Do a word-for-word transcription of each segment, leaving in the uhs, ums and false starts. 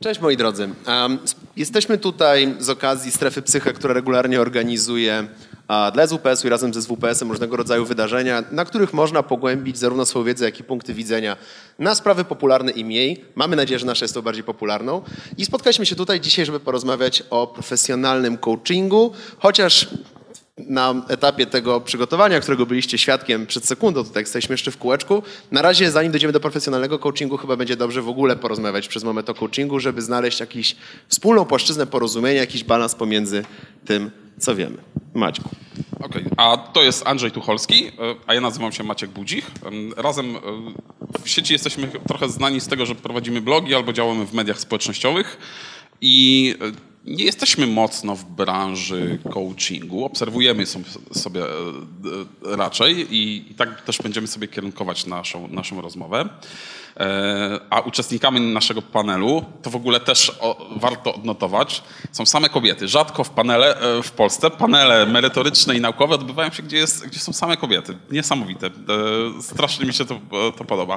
Cześć moi drodzy. Um, jesteśmy tutaj z okazji Strefy Psyche, która regularnie organizuje a, dla S W P S-u i razem ze S W P S-em różnego rodzaju wydarzenia, na których można pogłębić zarówno swoją wiedzę, jak i punkty widzenia na sprawy popularne i mniej. Mamy nadzieję, że nasza jest to bardziej popularną. I spotkaliśmy się tutaj dzisiaj, żeby porozmawiać o profesjonalnym coachingu, chociaż na etapie tego przygotowania, którego byliście świadkiem przed sekundą, tutaj jesteśmy jeszcze w kółeczku. Na razie, zanim dojdziemy do profesjonalnego coachingu, chyba będzie dobrze w ogóle porozmawiać przez moment o coachingu, żeby znaleźć jakąś wspólną płaszczyznę porozumienia, jakiś balans pomiędzy tym, co wiemy. Maćku. Okej, okay. A to jest Andrzej Tucholski, a ja nazywam się Maciek Budzich. Razem w sieci jesteśmy trochę znani z tego, że prowadzimy blogi albo działamy w mediach społecznościowych i nie jesteśmy mocno w branży coachingu, obserwujemy sobie raczej i, i tak też będziemy sobie kierunkować naszą, naszą rozmowę. A uczestnikami naszego panelu, to w ogóle też o, warto odnotować, są same kobiety. Rzadko w panele w Polsce, panele merytoryczne i naukowe odbywają się, gdzie, jest, gdzie są same kobiety. Niesamowite. Strasznie mi się to, to podoba.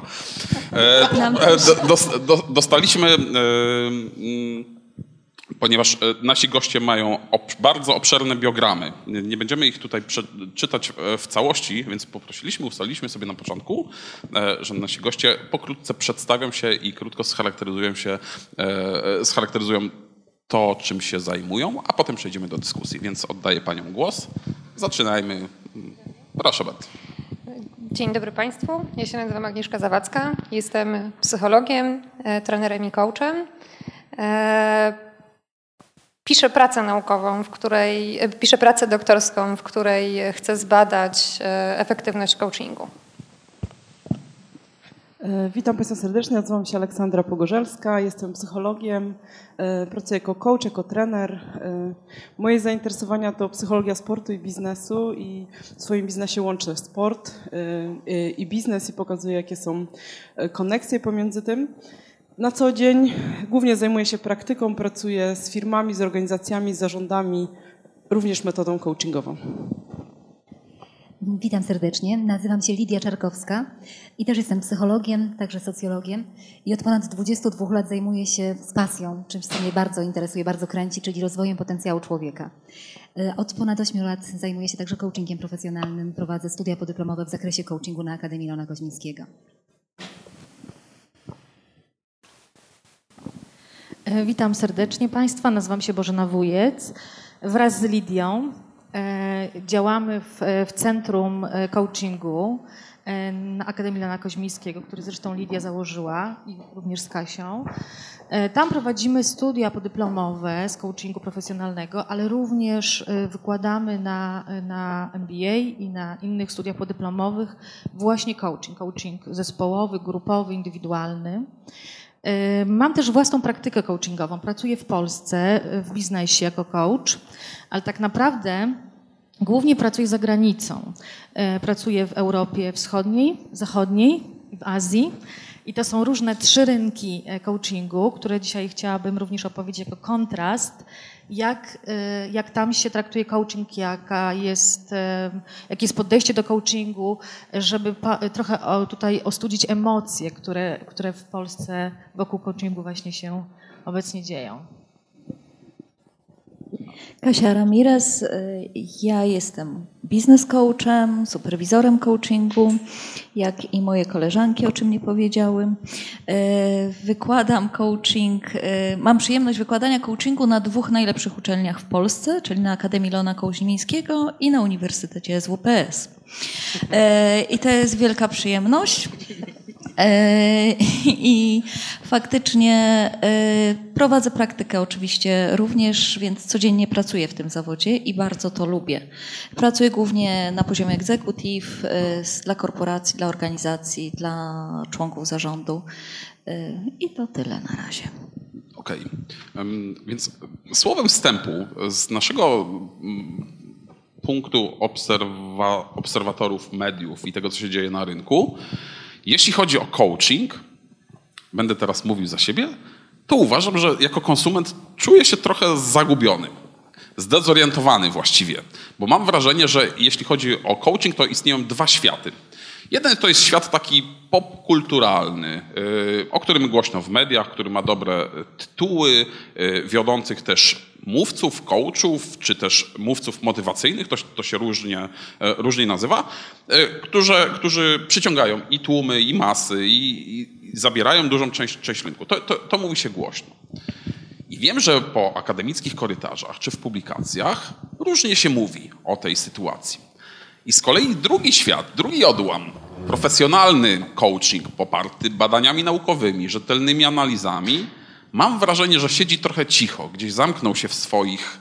Do, do, dostaliśmy... Ponieważ nasi goście mają ob- bardzo obszerne biogramy. Nie będziemy ich tutaj czytać w całości, więc poprosiliśmy, ustaliliśmy sobie na początku, że nasi goście pokrótce przedstawią się i krótko scharakteryzują się, scharakteryzują to, czym się zajmują, a potem przejdziemy do dyskusji. Więc oddaję paniom głos. Zaczynajmy. Proszę bardzo. Dzień dobry Państwu. Ja się nazywam Agnieszka Zawadzka. Jestem psychologiem, trenerem i coachem. Piszę pracę naukową, w której, piszę pracę doktorską, w której chcę zbadać efektywność coachingu. Witam Państwa serdecznie, nazywam się Aleksandra Pogorzelska, jestem psychologiem, pracuję jako coach, jako trener. Moje zainteresowania to psychologia sportu i biznesu i w swoim biznesie łączę sport i biznes i pokazuję, jakie są koneksje pomiędzy tym. Na co dzień głównie zajmuję się praktyką, pracuję z firmami, z organizacjami, z zarządami, również metodą coachingową. Witam serdecznie, nazywam się Lidia Czarkowska i też jestem psychologiem, także socjologiem i od ponad dwudziestu dwóch lat zajmuję się z pasją, czymś, co mnie bardzo interesuje, bardzo kręci, czyli rozwojem potencjału człowieka. Od ponad ośmiu lat zajmuję się także coachingiem profesjonalnym, prowadzę studia podyplomowe w zakresie coachingu na Akademii Leona Koźmińskiego. Witam serdecznie Państwa, nazywam się Bożena Wujec. Wraz z Lidią e, działamy w, w Centrum Coachingu e, na Akademii Leona Koźmińskiego, który zresztą Lidia założyła i również z Kasią. E, tam prowadzimy studia podyplomowe z coachingu profesjonalnego, ale również e, wykładamy na, na M B A i na innych studiach podyplomowych właśnie coaching, coaching zespołowy, grupowy, indywidualny. Mam też własną praktykę coachingową. Pracuję w Polsce w biznesie jako coach, ale tak naprawdę głównie pracuję za granicą. Pracuję w Europie Wschodniej, Zachodniej, w Azji i to są różne trzy rynki coachingu, które dzisiaj chciałabym również opowiedzieć jako kontrast, jak, jak tam się traktuje coaching, jaka jest, jakie jest podejście do coachingu, żeby pa, trochę o, tutaj ostudzić emocje, które, które w Polsce wokół coachingu właśnie się obecnie dzieją. Kasia Ramirez, ja jestem biznes coachem, superwizorem coachingu, jak i moje koleżanki, o czym nie powiedziały. Wykładam coaching, mam przyjemność wykładania coachingu na dwóch najlepszych uczelniach w Polsce, czyli na Akademii Leona Koźmińskiego i na Uniwersytecie S W P S. I to jest wielka przyjemność. I faktycznie prowadzę praktykę oczywiście również, więc codziennie pracuję w tym zawodzie i bardzo to lubię. Pracuję głównie na poziomie executive, dla korporacji, dla organizacji, dla członków zarządu i to tyle na razie. Okej, okay. Więc słowem wstępu z naszego punktu obserwa- obserwatorów mediów i tego, co się dzieje na rynku, jeśli chodzi o coaching, będę teraz mówił za siebie, to uważam, że jako konsument czuję się trochę zagubiony, zdezorientowany właściwie, bo mam wrażenie, że jeśli chodzi o coaching, to istnieją dwa światy. Jeden to jest świat taki popkulturalny, o którym głośno w mediach, który ma dobre tytuły, wiodących też mówców, coachów, czy też mówców motywacyjnych, to, to się różnie, różnie nazywa, którzy, którzy przyciągają i tłumy, i masy, i, i zabierają dużą część, część rynku. To, to, to mówi się głośno. I wiem, że po akademickich korytarzach czy w publikacjach różnie się mówi o tej sytuacji. I z kolei drugi świat, drugi odłam, profesjonalny coaching poparty badaniami naukowymi, rzetelnymi analizami, mam wrażenie, że siedzi trochę cicho, gdzieś zamknął się w swoich,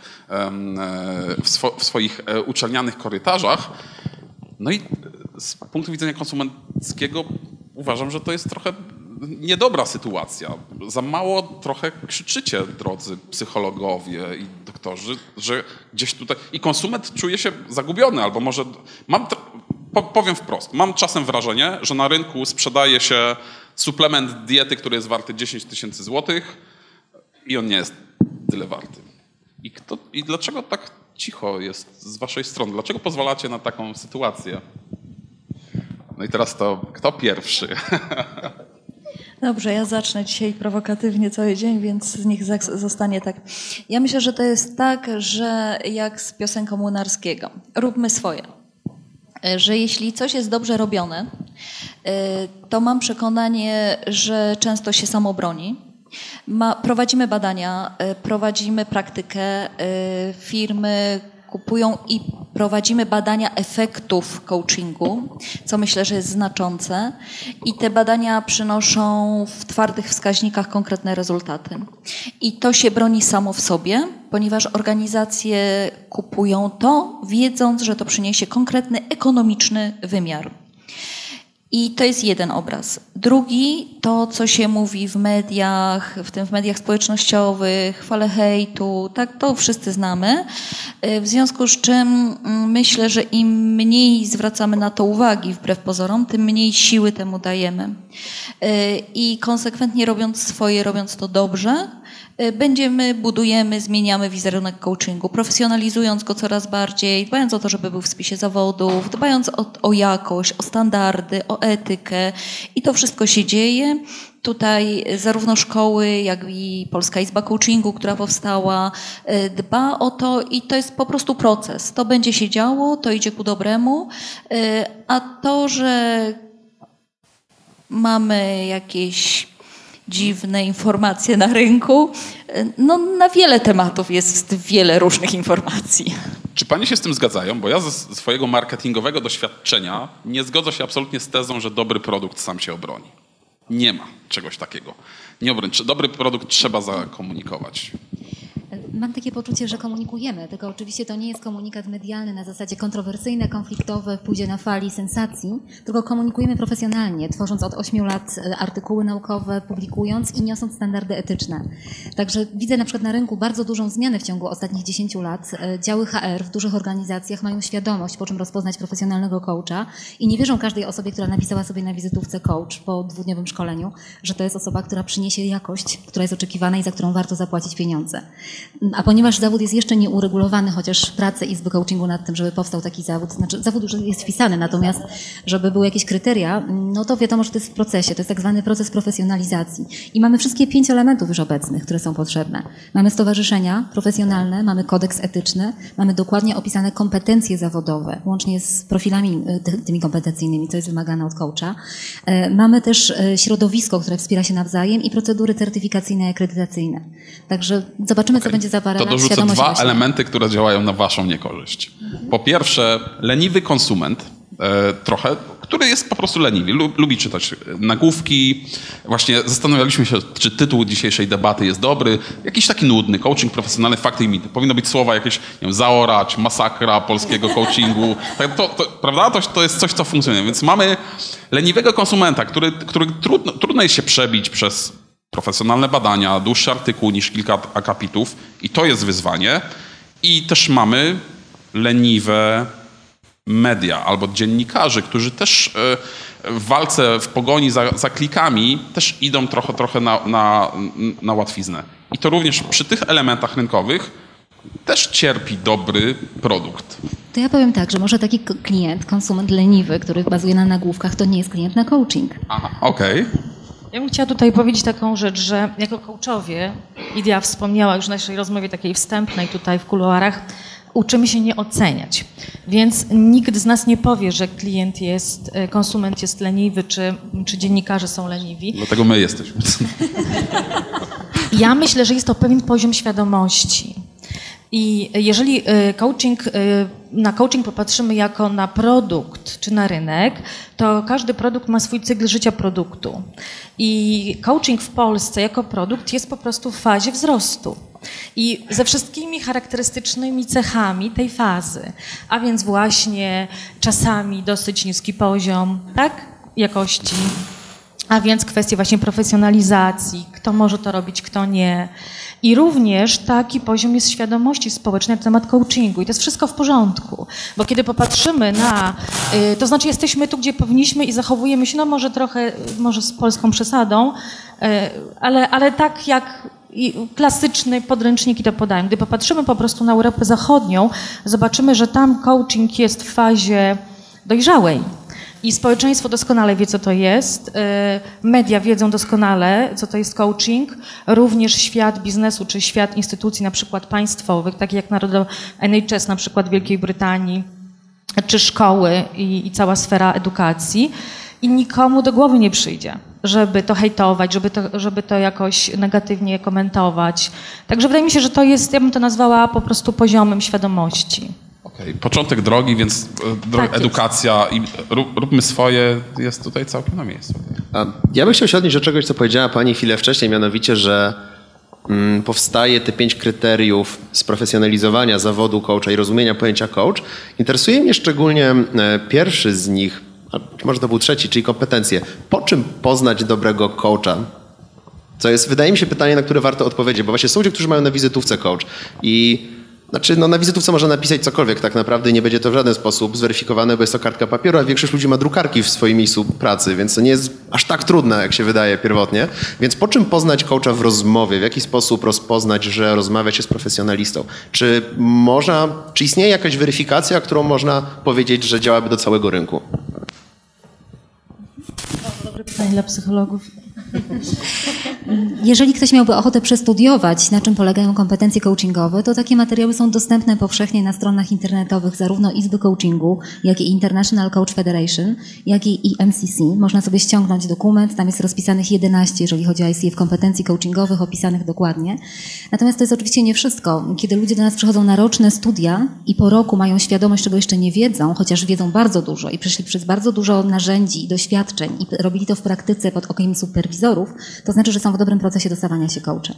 w swo, w swoich uczelnianych korytarzach. No i z punktu widzenia konsumenckiego uważam, że to jest trochę niedobra sytuacja. Za mało trochę krzyczycie, drodzy psychologowie i doktorzy, że gdzieś tutaj... I konsument czuje się zagubiony, albo może... Mam, powiem wprost, mam czasem wrażenie, że na rynku sprzedaje się suplement diety, który jest warty dziesięć tysięcy złotych i on nie jest tyle warty. I, kto, I dlaczego tak cicho jest z waszej strony? Dlaczego pozwalacie na taką sytuację? No i teraz to kto pierwszy? Dobrze, ja zacznę dzisiaj prowokatywnie cały dzień, więc z nich zostanie tak. Ja myślę, że to jest tak, że jak z piosenką Młynarskiego. Róbmy swoje. Że jeśli coś jest dobrze robione, to mam przekonanie, że często się samo broni. Ma, prowadzimy badania, prowadzimy praktykę, firmy kupują i prowadzimy badania efektów coachingu, co myślę, że jest znaczące. I te badania przynoszą w twardych wskaźnikach konkretne rezultaty. I to się broni samo w sobie, ponieważ organizacje kupują to, wiedząc, że to przyniesie konkretny ekonomiczny wymiar. I to jest jeden obraz. Drugi, to co się mówi w mediach, w tym w mediach społecznościowych, fale hejtu, tak, to wszyscy znamy. W związku z czym myślę, że im mniej zwracamy na to uwagi, wbrew pozorom, tym mniej siły temu dajemy. I konsekwentnie robiąc swoje, robiąc to dobrze, będziemy, budujemy, zmieniamy wizerunek coachingu, profesjonalizując go coraz bardziej, dbając o to, żeby był w spisie zawodów, dbając o, o jakość, o standardy, o etykę i to wszystko się dzieje. Tutaj zarówno szkoły, jak i Polska Izba Coachingu, która powstała, dba o to i to jest po prostu proces. To będzie się działo, to idzie ku dobremu, a to, że mamy jakieś dziwne informacje na rynku. No, na wiele tematów jest wiele różnych informacji. Czy panie się z tym zgadzają? Bo ja ze swojego marketingowego doświadczenia nie zgodzę się absolutnie z tezą, że dobry produkt sam się obroni. Nie ma czegoś takiego. Nie obroni. Dobry produkt trzeba zakomunikować. Mam takie poczucie, że komunikujemy, tylko oczywiście to nie jest komunikat medialny na zasadzie kontrowersyjne, konfliktowe, pójdzie na fali sensacji, tylko komunikujemy profesjonalnie, tworząc od ośmiu lat artykuły naukowe, publikując i niosąc standardy etyczne. Także widzę na przykład na rynku bardzo dużą zmianę w ciągu ostatnich dziesięciu lat. Działy H R w dużych organizacjach mają świadomość, po czym rozpoznać profesjonalnego coacha i nie wierzą każdej osobie, która napisała sobie na wizytówce coach po dwudniowym szkoleniu, że to jest osoba, która przyniesie jakość, która jest oczekiwana i za którą warto zapłacić pieniądze. A ponieważ zawód jest jeszcze nieuregulowany, chociaż prace Izby Coachingu nad tym, żeby powstał taki zawód, znaczy zawód już jest wpisany, natomiast żeby były jakieś kryteria, no to wiadomo, że to jest w procesie, to jest tak zwany proces profesjonalizacji. I mamy wszystkie pięć elementów już obecnych, które są potrzebne. Mamy stowarzyszenia profesjonalne, mamy kodeks etyczny, mamy dokładnie opisane kompetencje zawodowe, łącznie z profilami tymi kompetencyjnymi, co jest wymagane od coacha. Mamy też środowisko, które wspiera się nawzajem i procedury certyfikacyjne i akredytacyjne. Także zobaczymy, okay. co będzie za parę to lat. dorzucę dwa rośnie. elementy, które działają na waszą niekorzyść. Po pierwsze, leniwy konsument, e, trochę, który jest po prostu leniwy, lubi czytać nagłówki. Właśnie zastanawialiśmy się, czy tytuł dzisiejszej debaty jest dobry. Jakiś taki nudny, coaching profesjonalny, fakty i mity. Powinno być słowa jakieś, nie wiem, zaorać, masakra polskiego coachingu. To, to, prawda? To, to jest coś, co funkcjonuje. Więc mamy leniwego konsumenta, który, który trudno, trudno jest się przebić przez profesjonalne badania, dłuższy artykuł niż kilka akapitów i to jest wyzwanie. I też mamy leniwe media albo dziennikarzy, którzy też w walce, w pogoni za, za klikami też idą trochę, trochę na, na, na łatwiznę. I to również przy tych elementach rynkowych też cierpi dobry produkt. To ja powiem tak, że może taki k- klient, konsument leniwy, który bazuje na nagłówkach, to nie jest klient na coaching. Aha, okej. Okay. Ja bym chciała tutaj powiedzieć taką rzecz, że jako coachowie, Lidia wspomniała już w naszej rozmowie takiej wstępnej tutaj w kuluarach, uczymy się nie oceniać. Więc nikt z nas nie powie, że klient jest, konsument jest leniwy, czy, czy dziennikarze są leniwi. Dlatego my jesteśmy. Ja myślę, że jest to pewien poziom świadomości. I jeżeli coaching, na coaching popatrzymy jako na produkt czy na rynek, to każdy produkt ma swój cykl życia produktu. I coaching w Polsce jako produkt jest po prostu w fazie wzrostu. I ze wszystkimi charakterystycznymi cechami tej fazy, a więc właśnie czasami dosyć niski poziom, tak, jakości, a więc kwestie właśnie profesjonalizacji, kto może to robić, kto nie. I również taki poziom jest świadomości społecznej na temat coachingu. I to jest wszystko w porządku. Bo kiedy popatrzymy na... Y, to znaczy jesteśmy tu, gdzie powinniśmy i zachowujemy się, no może trochę, może z polską przesadą, y, ale, ale tak jak i klasyczne podręczniki to podają. Gdy popatrzymy po prostu na Europę Zachodnią, zobaczymy, że tam coaching jest w fazie dojrzałej. I społeczeństwo doskonale wie, co to jest. Media wiedzą doskonale, co to jest coaching. Również świat biznesu, czy świat instytucji na przykład państwowych, takie jak Narodowy N H S na przykład w Wielkiej Brytanii, czy szkoły i, i cała sfera edukacji. I nikomu do głowy nie przyjdzie, żeby to hejtować, żeby to, żeby to jakoś negatywnie komentować. Także wydaje mi się, że to jest, ja bym to nazwała po prostu poziomem świadomości. Okay. Początek drogi, więc tak edukacja i róbmy swoje jest tutaj całkiem na miejscu. Ja bym chciał się odnieść do czegoś, co powiedziała Pani chwilę wcześniej, mianowicie, że mm, powstaje te pięć kryteriów sprofesjonalizowania zawodu coacha i rozumienia pojęcia coach. Interesuje mnie szczególnie pierwszy z nich, a może to był trzeci, czyli kompetencje. Po czym poznać dobrego coacha? Co jest, wydaje mi się, pytanie, na które warto odpowiedzieć, bo właśnie są ludzie, którzy mają na wizytówce coach i Znaczy, no na wizytówce można napisać cokolwiek tak naprawdę i nie będzie to w żaden sposób zweryfikowane, bo jest to kartka papieru, a większość ludzi ma drukarki w swoim miejscu pracy, więc to nie jest aż tak trudne, jak się wydaje pierwotnie. Więc po czym poznać coacha w rozmowie? W jaki sposób rozpoznać, że rozmawia się z profesjonalistą? Czy można, czy istnieje jakaś weryfikacja, którą można powiedzieć, że działaby do całego rynku? Dobre pytanie dla psychologów. Jeżeli ktoś miałby ochotę przestudiować, na czym polegają kompetencje coachingowe, to takie materiały są dostępne powszechnie na stronach internetowych zarówno Izby Coachingu, jak i International Coach Federation, jak i E M C C. Można sobie ściągnąć dokument, tam jest rozpisanych jedenaście, jeżeli chodzi o I C F, kompetencji coachingowych, opisanych dokładnie. Natomiast to jest oczywiście nie wszystko. Kiedy ludzie do nas przychodzą na roczne studia i po roku mają świadomość, czego jeszcze nie wiedzą, chociaż wiedzą bardzo dużo i przeszli przez bardzo dużo narzędzi i doświadczeń i robili to w praktyce pod okiem superwizorów, to znaczy, że są w dobrym procesie dostawania się coacha.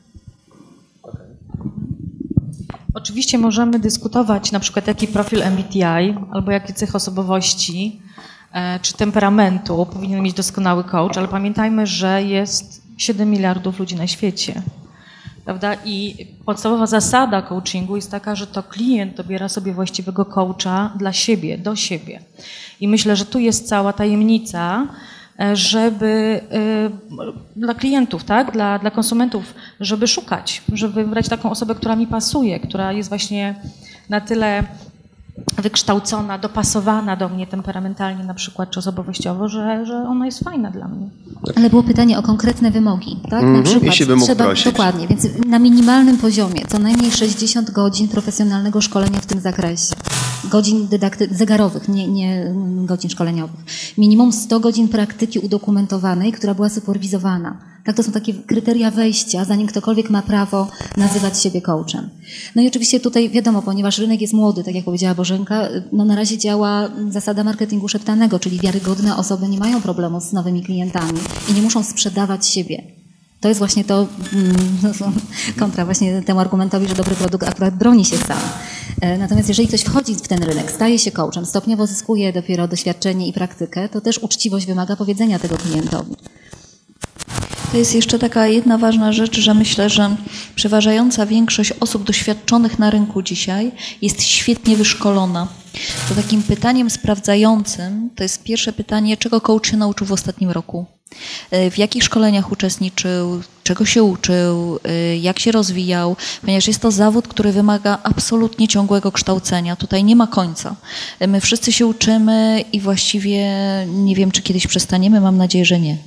Oczywiście możemy dyskutować na przykład jaki profil M B T I albo jakie cechy osobowości e, czy temperamentu powinien mieć doskonały coach, ale pamiętajmy, że jest siedem miliardów ludzi na świecie. Prawda? I podstawowa zasada coachingu jest taka, że to klient dobiera sobie właściwego coacha dla siebie, do siebie. I myślę, że tu jest cała tajemnica, żeby y, dla klientów, tak, dla, dla konsumentów, żeby szukać, żeby wybrać taką osobę, która mi pasuje, która jest właśnie na tyle wykształcona, dopasowana do mnie temperamentalnie na przykład, czy osobowościowo, że, że ona jest fajna dla mnie. Ale było pytanie o konkretne wymogi, tak? Mm-hmm, na przykład jeśli bym mógł trzeba, prosić. dokładnie, więc na minimalnym poziomie co najmniej sześćdziesiąt godzin profesjonalnego szkolenia w tym zakresie. Godzin dydakty- zegarowych, nie, nie godzin szkoleniowych. Minimum sto godzin praktyki udokumentowanej, która była superwizowana. Tak, to są takie kryteria wejścia, zanim ktokolwiek ma prawo nazywać siebie coachem. No i oczywiście tutaj wiadomo, ponieważ rynek jest młody, tak jak powiedziała Bożenka, no na razie działa zasada marketingu szeptanego, czyli wiarygodne osoby nie mają problemu z nowymi klientami i nie muszą sprzedawać siebie. To jest właśnie to mm, kontra właśnie temu argumentowi, że dobry produkt akurat broni się sam. Natomiast jeżeli ktoś wchodzi w ten rynek, staje się coachem, stopniowo zyskuje dopiero doświadczenie i praktykę, to też uczciwość wymaga powiedzenia tego klientowi. To jest jeszcze taka jedna ważna rzecz, że myślę, że przeważająca większość osób doświadczonych na rynku dzisiaj jest świetnie wyszkolona. To takim pytaniem sprawdzającym to jest pierwsze pytanie, czego coach się nauczył w ostatnim roku? W jakich szkoleniach uczestniczył, czego się uczył, jak się rozwijał, ponieważ jest to zawód, który wymaga absolutnie ciągłego kształcenia. Tutaj nie ma końca. My wszyscy się uczymy i właściwie nie wiem, czy kiedyś przestaniemy, mam nadzieję, że nie.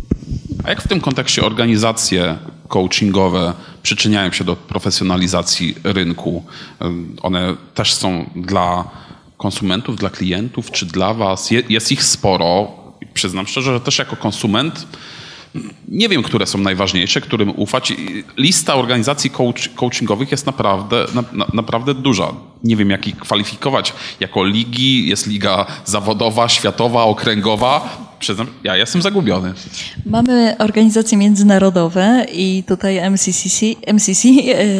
A jak w tym kontekście organizacje coachingowe przyczyniają się do profesjonalizacji rynku? One też są dla konsumentów, dla klientów, czy dla was? Jest ich sporo. Przyznam szczerze, że też jako konsument nie wiem, które są najważniejsze, którym ufać. Lista organizacji coach, coachingowych jest naprawdę, na, na, naprawdę duża. Nie wiem, jak ich kwalifikować. Jako ligi, jest liga zawodowa, światowa, okręgowa. Przyznam, ja jestem zagubiony. Mamy organizacje międzynarodowe i tutaj M C C C, M C C,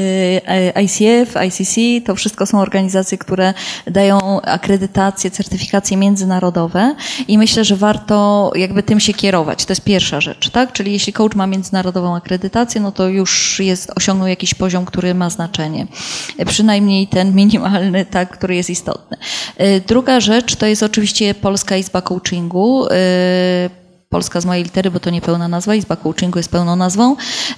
I C F, I C C, to wszystko są organizacje, które dają akredytacje, certyfikacje międzynarodowe i myślę, że warto jakby tym się kierować. To jest pierwsza rzecz, tak? Czyli jeśli coach ma międzynarodową akredytację, no to już jest, osiągnął jakiś poziom, który ma znaczenie. Przynajmniej ten minimalny, tak, który jest istotny. Druga rzecz to jest oczywiście Polska Izba Coachingu. Polska z mojej litery, bo to nie pełna nazwa, Izba Coachingu jest pełną nazwą.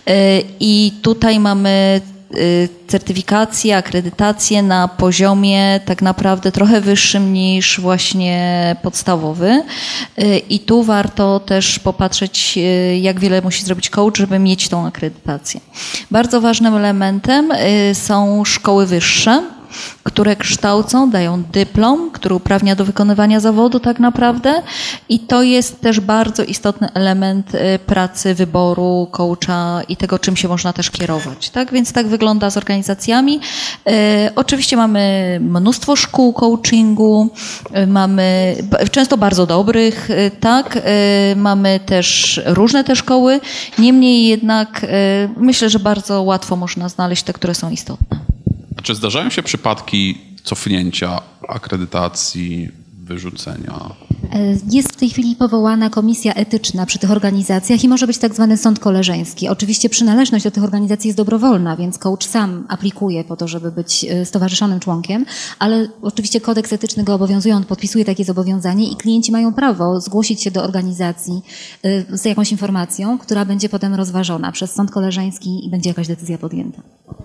I tutaj mamy certyfikację, akredytację na poziomie tak naprawdę trochę wyższym niż właśnie podstawowy. I tu warto też popatrzeć, jak wiele musi zrobić coach, żeby mieć tą akredytację. Bardzo ważnym elementem są szkoły wyższe, które kształcą, dają dyplom, który uprawnia do wykonywania zawodu tak naprawdę i to jest też bardzo istotny element pracy, wyboru coacha i tego, czym się można też kierować. Tak? Więc tak wygląda z organizacjami. E, oczywiście mamy mnóstwo szkół coachingu, mamy często bardzo dobrych, tak? E, mamy też różne te szkoły, niemniej jednak e, myślę, że bardzo łatwo można znaleźć te, które są istotne. Czy zdarzają się przypadki cofnięcia akredytacji, wyrzucenia? Jest w tej chwili powołana komisja etyczna przy tych organizacjach i może być tak zwany sąd koleżeński. Oczywiście przynależność do tych organizacji jest dobrowolna, więc coach sam aplikuje po to, żeby być stowarzyszonym członkiem, ale oczywiście kodeks etyczny go obowiązuje, on podpisuje takie zobowiązanie i klienci mają prawo zgłosić się do organizacji z jakąś informacją, która będzie potem rozważona przez sąd koleżeński i będzie jakaś decyzja podjęta.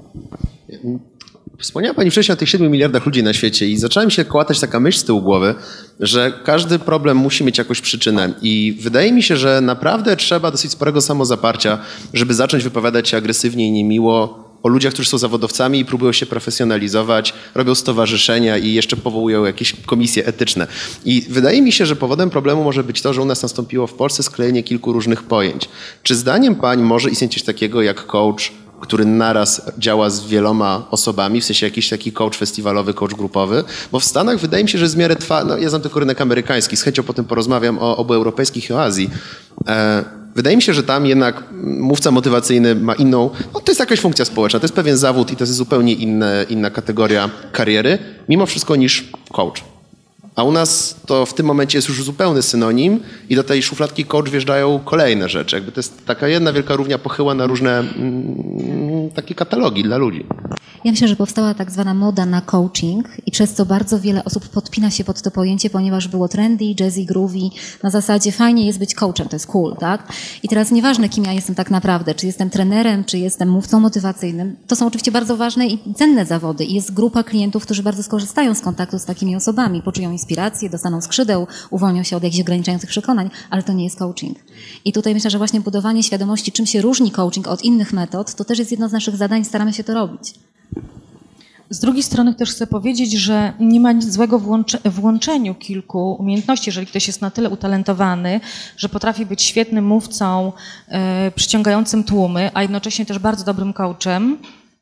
Wspomniała Pani wcześniej o tych siedmiu miliardach ludzi na świecie i zaczęła mi się kołatać taka myśl z tyłu głowy, że każdy problem musi mieć jakąś przyczynę i wydaje mi się, że naprawdę trzeba dosyć sporego samozaparcia, żeby zacząć wypowiadać się agresywnie i niemiło o ludziach, którzy są zawodowcami i próbują się profesjonalizować, robią stowarzyszenia i jeszcze powołują jakieś komisje etyczne. I wydaje mi się, że powodem problemu może być to, że u nas nastąpiło w Polsce sklejenie kilku różnych pojęć. Czy zdaniem Pań może istnieć coś takiego jak coach, który naraz działa z wieloma osobami, w sensie jakiś taki coach festiwalowy, coach grupowy, bo w Stanach wydaje mi się, że jest w miarę trwa, no ja znam tylko rynek amerykański, z chęcią potem porozmawiam o obu europejskich i o Azji. E, wydaje mi się, że tam jednak mówca motywacyjny ma inną, no to jest jakaś funkcja społeczna, to jest pewien zawód i to jest zupełnie inne, inna kategoria kariery, mimo wszystko niż coach. A u nas to w tym momencie jest już zupełny synonim i do tej szufladki coach wjeżdżają kolejne rzeczy. Jakby to jest taka jedna wielka równia pochyła na różne mm, takie katalogi dla ludzi. Ja myślę, że powstała tak zwana moda na coaching i przez co bardzo wiele osób podpina się pod to pojęcie, ponieważ było trendy, jazzy, groovy, na zasadzie fajnie jest być coachem, to jest cool, tak? I teraz nieważne, kim ja jestem tak naprawdę, czy jestem trenerem, czy jestem mówcą motywacyjnym, to są oczywiście bardzo ważne i cenne zawody i jest grupa klientów, którzy bardzo skorzystają z kontaktu z takimi osobami, poczują inspirację, dostaną skrzydeł, uwolnią się od jakichś ograniczających przekonań, ale to nie jest coaching. I tutaj myślę, że właśnie budowanie świadomości, czym się różni coaching od innych metod, to też jest jedno z naszych zadań, staramy się to robić. Z drugiej strony też chcę powiedzieć, że nie ma nic złego w, łącze, w łączeniu kilku umiejętności, jeżeli ktoś jest na tyle utalentowany, że potrafi być świetnym mówcą, e, przyciągającym tłumy, a jednocześnie też bardzo dobrym coachem,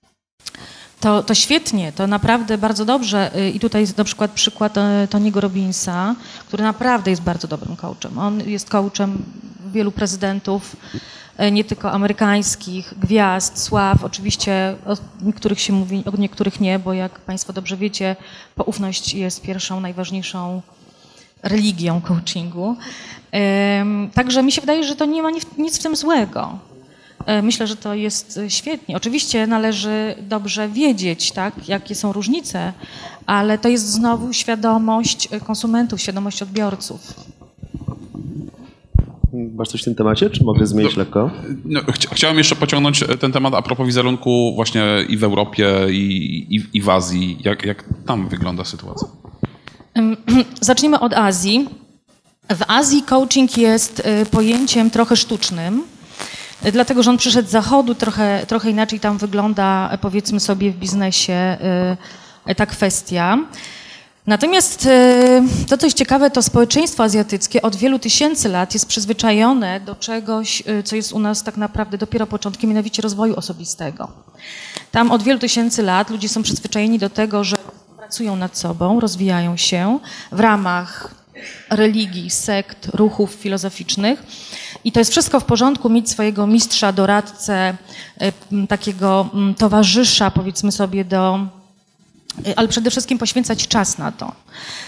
to, to świetnie, to naprawdę bardzo dobrze. I tutaj jest na przykład przykład Tony'ego Robbinsa, który naprawdę jest bardzo dobrym coachem. On jest coachem wielu prezydentów, nie tylko amerykańskich, gwiazd, sław. Oczywiście o niektórych się mówi, o niektórych nie, bo jak Państwo dobrze wiecie, poufność jest pierwszą, najważniejszą religią coachingu. Także mi się wydaje, że to nie ma nic w tym złego. Myślę, że to jest świetnie. Oczywiście należy dobrze wiedzieć, tak, jakie są różnice, ale to jest znowu świadomość konsumentów, świadomość odbiorców. Masz coś w tym temacie, czy mogę zmienić no, lekko? No, chcia, chciałem jeszcze pociągnąć ten temat a propos wizerunku właśnie i w Europie, i, i, i w Azji. Jak, jak tam wygląda sytuacja? Zacznijmy od Azji. W Azji coaching jest pojęciem trochę sztucznym, dlatego że on przyszedł z zachodu, trochę, trochę inaczej tam wygląda, powiedzmy sobie, w biznesie ta kwestia. Natomiast to, co jest ciekawe, to społeczeństwo azjatyckie od wielu tysięcy lat jest przyzwyczajone do czegoś, co jest u nas tak naprawdę dopiero początkiem, mianowicie rozwoju osobistego. Tam od wielu tysięcy lat ludzie są przyzwyczajeni do tego, że pracują nad sobą, rozwijają się w ramach religii, sekt, ruchów filozoficznych i to jest wszystko w porządku mieć swojego mistrza, doradcę, takiego towarzysza, powiedzmy sobie, do, ale przede wszystkim poświęcać czas na to.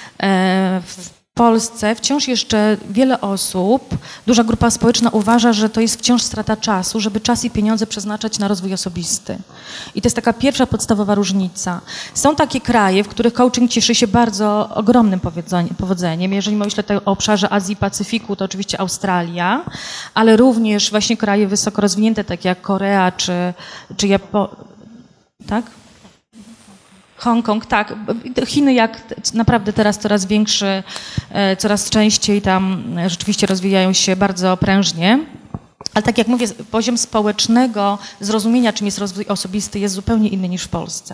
W Polsce wciąż jeszcze wiele osób, duża grupa społeczna uważa, że to jest wciąż strata czasu, żeby czas i pieniądze przeznaczać na rozwój osobisty. I to jest taka pierwsza podstawowa różnica. Są takie kraje, w których coaching cieszy się bardzo ogromnym powodzeniem. Jeżeli myślę o obszarze Azji i Pacyfiku, to oczywiście Australia, ale również właśnie kraje wysoko rozwinięte, takie jak Korea czy, czy Japonia. Tak? Hongkong, tak. Chiny jak naprawdę teraz coraz większy, coraz częściej tam rzeczywiście rozwijają się bardzo prężnie. Ale tak jak mówię, poziom społecznego zrozumienia, czym jest rozwój osobisty, jest zupełnie inny niż w Polsce.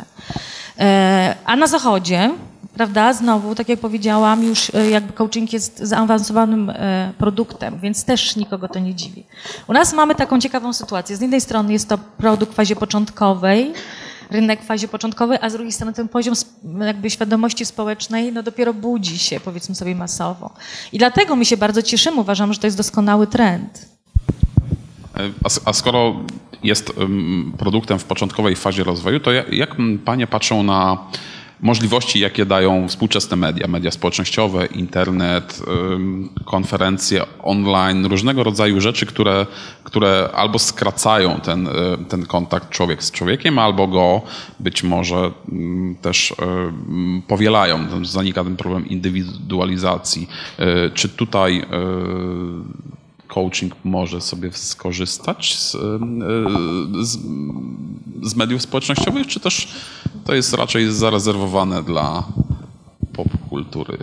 A na Zachodzie, prawda, znowu, tak jak powiedziałam, już jakby coaching jest zaawansowanym produktem, więc też nikogo to nie dziwi. U nas mamy taką ciekawą sytuację. Z jednej strony jest to produkt w fazie początkowej, rynek w fazie początkowej, a z drugiej strony ten poziom jakby świadomości społecznej no dopiero budzi się, powiedzmy sobie, masowo. I dlatego my się bardzo cieszymy, uważam, że to jest doskonały trend. A, a skoro jest um, produktem w początkowej fazie rozwoju, to jak, jak panie patrzą na możliwości, jakie dają współczesne media, media społecznościowe, internet, um, konferencje online, różnego rodzaju rzeczy, które, które albo skracają ten, ten kontakt człowiek z człowiekiem, albo go być może um, też um, powielają. Zanika ten problem indywidualizacji. Um, czy tutaj um, coaching może sobie skorzystać z, z, z mediów społecznościowych, czy też to jest raczej zarezerwowane dla popkultury?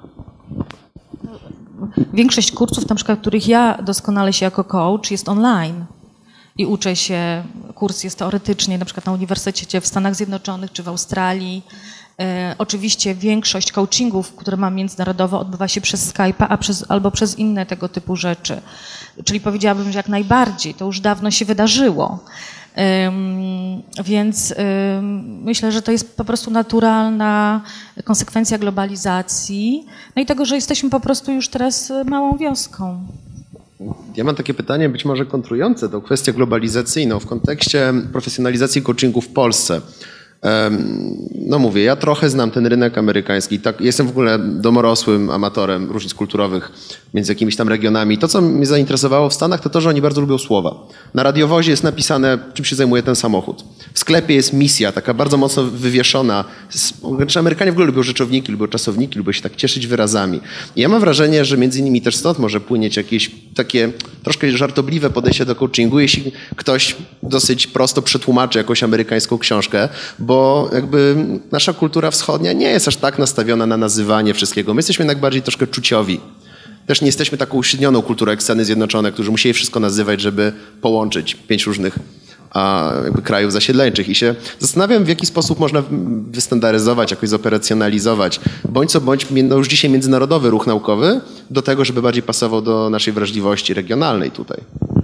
Większość kursów, na przykład, których ja doskonale się jako coach, jest online i uczę się, kurs jest teoretycznie na przykład na uniwersytecie w Stanach Zjednoczonych czy w Australii. E, oczywiście większość coachingów, które mam międzynarodowo, odbywa się przez Skype'a a przez, albo przez inne tego typu rzeczy. Czyli powiedziałabym, że jak najbardziej, to już dawno się wydarzyło. Um, więc um, myślę, że to jest po prostu naturalna konsekwencja globalizacji, no i tego, że jesteśmy po prostu już teraz małą wioską. Ja mam takie pytanie, być może kontrujące tą kwestię globalizacyjną w kontekście profesjonalizacji coachingu w Polsce. No mówię, ja trochę znam ten rynek amerykański. Tak, jestem w ogóle domorosłym amatorem różnic kulturowych między jakimiś tam regionami. To, co mnie zainteresowało w Stanach, to to, że oni bardzo lubią słowa. Na radiowozie jest napisane, czym się zajmuje ten samochód. W sklepie jest misja, taka bardzo mocno wywieszona. Znaczy, Amerykanie w ogóle lubią rzeczowniki, lubią czasowniki, lubią się tak cieszyć wyrazami. I ja mam wrażenie, że między innymi też stąd może płynieć jakieś takie troszkę żartobliwe podejście do coachingu, jeśli ktoś dosyć prosto przetłumaczy jakąś amerykańską książkę, bo jakby nasza kultura wschodnia nie jest aż tak nastawiona na nazywanie wszystkiego. My jesteśmy jednak bardziej troszkę czuciowi. Też nie jesteśmy taką uśrednioną kulturą jak Stany Zjednoczone, którzy musieli wszystko nazywać, żeby połączyć pięć różnych a, jakby krajów zasiedleńczych. I się zastanawiam, w jaki sposób można wystandaryzować, jakoś zoperacjonalizować, bądź co bądź no już dzisiaj międzynarodowy ruch naukowy do tego, żeby bardziej pasował do naszej wrażliwości regionalnej tutaj.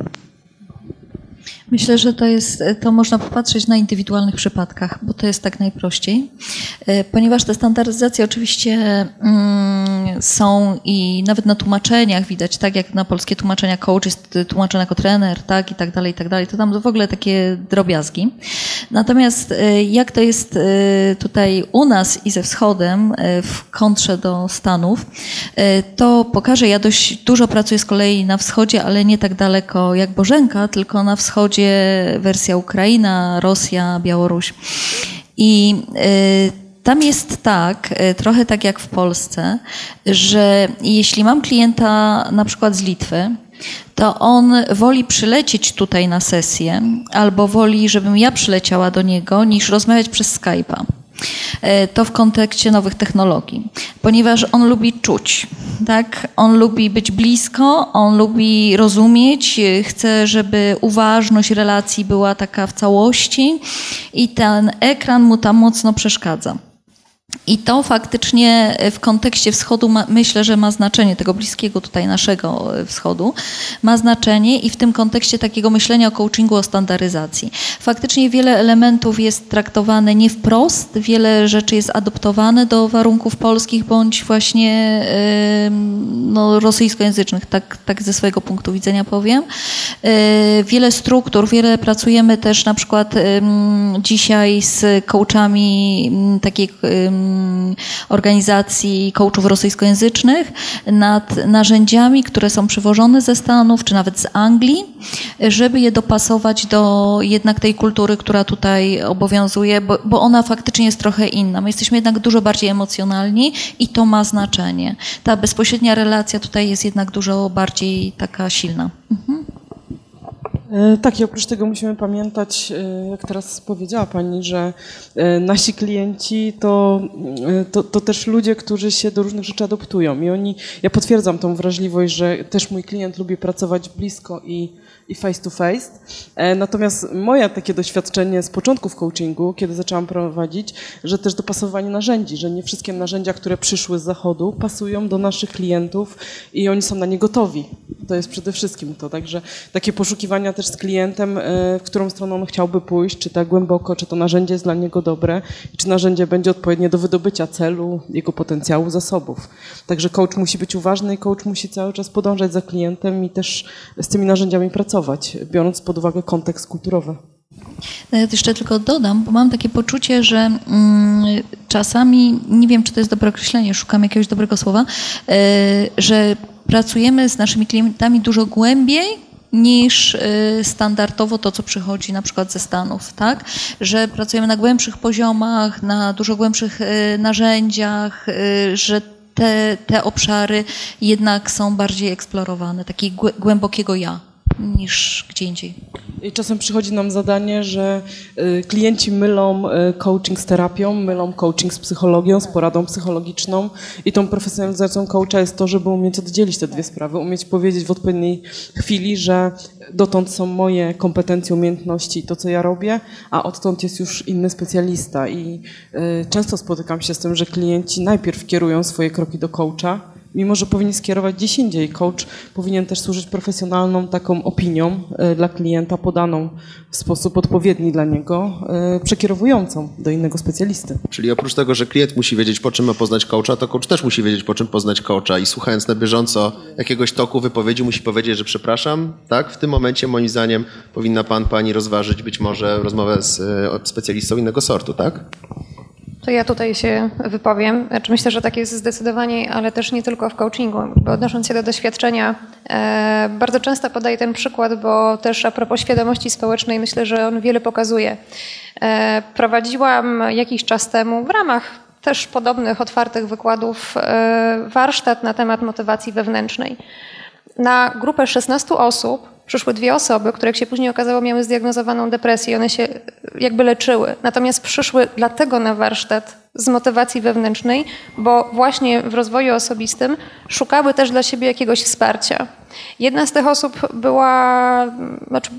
Myślę, że to jest, to można popatrzeć na indywidualnych przypadkach, bo to jest tak najprościej. Ponieważ te standaryzacje oczywiście mm, są i nawet na tłumaczeniach widać, tak jak na polskie tłumaczenia coach jest tłumaczony jako trener, tak i tak dalej, i tak dalej. To tam w ogóle takie drobiazgi. Natomiast jak to jest tutaj u nas i ze wschodem w kontrze do Stanów, to pokażę, ja dość dużo pracuję z kolei na wschodzie, ale nie tak daleko jak Bożenka, tylko na wschodzie wersja Ukraina, Rosja, Białoruś. I tam jest tak, trochę tak jak w Polsce, że jeśli mam klienta na przykład z Litwy, to on woli przylecieć tutaj na sesję albo woli, żebym ja przyleciała do niego, niż rozmawiać przez Skype'a. To w kontekście nowych technologii, ponieważ on lubi czuć, tak? On lubi być blisko, on lubi rozumieć, chce, żeby uważność relacji była taka w całości i ten ekran mu tam mocno przeszkadza. I to faktycznie w kontekście wschodu ma, myślę, że ma znaczenie, tego bliskiego tutaj naszego wschodu, ma znaczenie i w tym kontekście takiego myślenia o coachingu, o standaryzacji. Faktycznie wiele elementów jest traktowane nie wprost, wiele rzeczy jest adoptowane do warunków polskich bądź właśnie no, rosyjskojęzycznych, tak, tak ze swojego punktu widzenia powiem. Wiele struktur, wiele pracujemy też na przykład dzisiaj z coachami takiej organizacji coachów rosyjskojęzycznych nad narzędziami, które są przywożone ze Stanów, czy nawet z Anglii, żeby je dopasować do jednak tej kultury, która tutaj obowiązuje, bo, bo ona faktycznie jest trochę inna. My jesteśmy jednak dużo bardziej emocjonalni i to ma znaczenie. Ta bezpośrednia relacja tutaj jest jednak dużo bardziej taka silna. Mhm. Tak, i oprócz tego musimy pamiętać, jak teraz powiedziała Pani, że nasi klienci to, to, to też ludzie, którzy się do różnych rzeczy adoptują i oni, ja potwierdzam tą wrażliwość, że też mój klient lubi pracować blisko i, i face to face, natomiast moje takie doświadczenie z początków coachingu, kiedy zaczęłam prowadzić, że też dopasowanie narzędzi, że nie wszystkie narzędzia, które przyszły z zachodu, pasują do naszych klientów i oni są na nie gotowi. To jest przede wszystkim to, także takie poszukiwania też z klientem, w którą stronę on chciałby pójść, czy tak głęboko, czy to narzędzie jest dla niego dobre, czy narzędzie będzie odpowiednie do wydobycia celu, jego potencjału, zasobów. Także coach musi być uważny i coach musi cały czas podążać za klientem i też z tymi narzędziami pracować, biorąc pod uwagę kontekst kulturowy. Ja jeszcze tylko dodam, bo mam takie poczucie, że mm, czasami, nie wiem, czy to jest dobre określenie, szukam jakiegoś dobrego słowa, yy, że pracujemy z naszymi klientami dużo głębiej niż standardowo to, co przychodzi na przykład ze Stanów, tak? Że pracujemy na głębszych poziomach, na dużo głębszych narzędziach, że te, te obszary jednak są bardziej eksplorowane, takiego głębokiego ja niż gdzie indziej. I czasem przychodzi nam zadanie, że klienci mylą coaching z terapią, mylą coaching z psychologią, z poradą psychologiczną i tą profesjonalizacją coacha jest to, żeby umieć oddzielić te dwie sprawy, umieć powiedzieć w odpowiedniej chwili, że dotąd są moje kompetencje, umiejętności i to, co ja robię, a odtąd jest już inny specjalista i często spotykam się z tym, że klienci najpierw kierują swoje kroki do coacha, mimo że powinni skierować gdzieś indziej. Coach powinien też służyć profesjonalną taką opinią dla klienta, podaną w sposób odpowiedni dla niego, przekierowującą do innego specjalisty. Czyli oprócz tego, że klient musi wiedzieć, po czym ma poznać coacha, to coach też musi wiedzieć, po czym poznać coacha i słuchając na bieżąco jakiegoś toku wypowiedzi musi powiedzieć, że przepraszam, tak? W tym momencie moim zdaniem powinna pan, pani rozważyć być może rozmowę z specjalistą innego sortu, tak? To ja tutaj się wypowiem. Znaczy myślę, że tak jest zdecydowanie, ale też nie tylko w coachingu. Bo odnosząc się do doświadczenia, e, bardzo często podaję ten przykład, bo też a propos świadomości społecznej myślę, że on wiele pokazuje. E, prowadziłam jakiś czas temu w ramach też podobnych otwartych wykładów e, warsztat na temat motywacji wewnętrznej. Na grupę szesnastu osób przyszły dwie osoby, które jak się później okazało miały zdiagnozowaną depresję. One się jakby leczyły. Natomiast przyszły dlatego na warsztat z motywacji wewnętrznej, bo właśnie w rozwoju osobistym szukały też dla siebie jakiegoś wsparcia. Jedna z tych osób była, znaczy,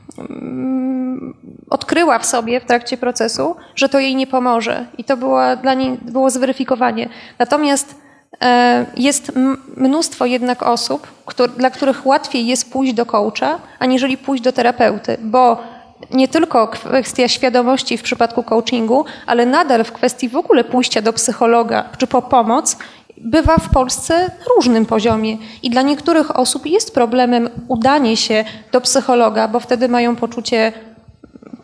odkryła w sobie w trakcie procesu, że to jej nie pomoże. I to było dla niej było zweryfikowanie. Natomiast jest mnóstwo jednak osób, który, dla których łatwiej jest pójść do coacha, aniżeli pójść do terapeuty, bo nie tylko kwestia świadomości w przypadku coachingu, ale nadal w kwestii w ogóle pójścia do psychologa czy po pomoc bywa w Polsce na różnym poziomie i dla niektórych osób jest problemem udanie się do psychologa, bo wtedy mają poczucie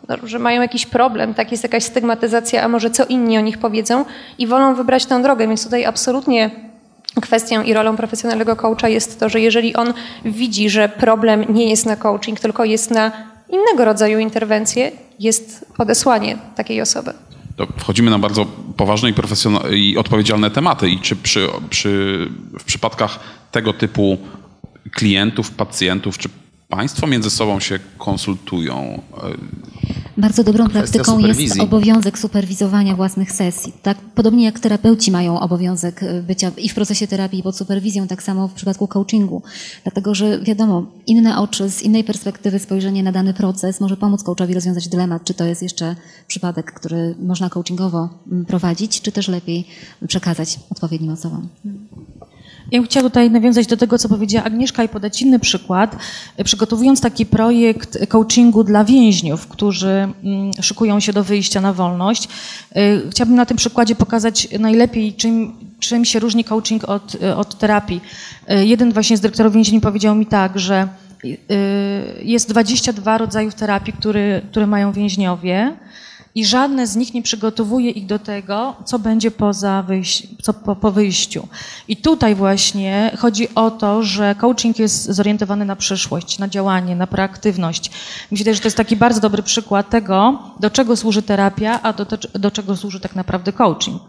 że mają jakiś problem, tak, jest jakaś stygmatyzacja, a może co inni o nich powiedzą i wolą wybrać tę drogę, więc tutaj absolutnie kwestią i rolą profesjonalnego coacha jest to, że jeżeli on widzi, że problem nie jest na coaching, tylko jest na innego rodzaju interwencje, jest odesłanie takiej osoby. To wchodzimy na bardzo poważne i, profesjonalne i odpowiedzialne tematy i czy przy, przy, w przypadkach tego typu klientów, pacjentów, czy państwo między sobą się konsultują? Bardzo dobrą praktyką jest obowiązek superwizowania własnych sesji. Tak? Podobnie jak terapeuci mają obowiązek bycia i w procesie terapii, i pod superwizją, tak samo w przypadku coachingu. Dlatego, że wiadomo, inne oczy, z innej perspektywy spojrzenie na dany proces może pomóc coachowi rozwiązać dylemat, czy to jest jeszcze przypadek, który można coachingowo prowadzić, czy też lepiej przekazać odpowiednim osobom. Ja bym chciała tutaj nawiązać do tego, co powiedziała Agnieszka i podać inny przykład. Przygotowując taki projekt coachingu dla więźniów, którzy szykują się do wyjścia na wolność, chciałabym na tym przykładzie pokazać najlepiej, czym, czym się różni coaching od, od terapii. Jeden właśnie z dyrektorów więzień powiedział mi tak, że jest dwadzieścia dwa rodzajów terapii, które, które mają więźniowie, i żadne z nich nie przygotowuje ich do tego, co będzie poza wyjś- co po, po wyjściu. I tutaj właśnie chodzi o to, że coaching jest zorientowany na przyszłość, na działanie, na proaktywność. Myślę, że to jest taki bardzo dobry przykład tego, do czego służy terapia, a do, do czego służy tak naprawdę coaching.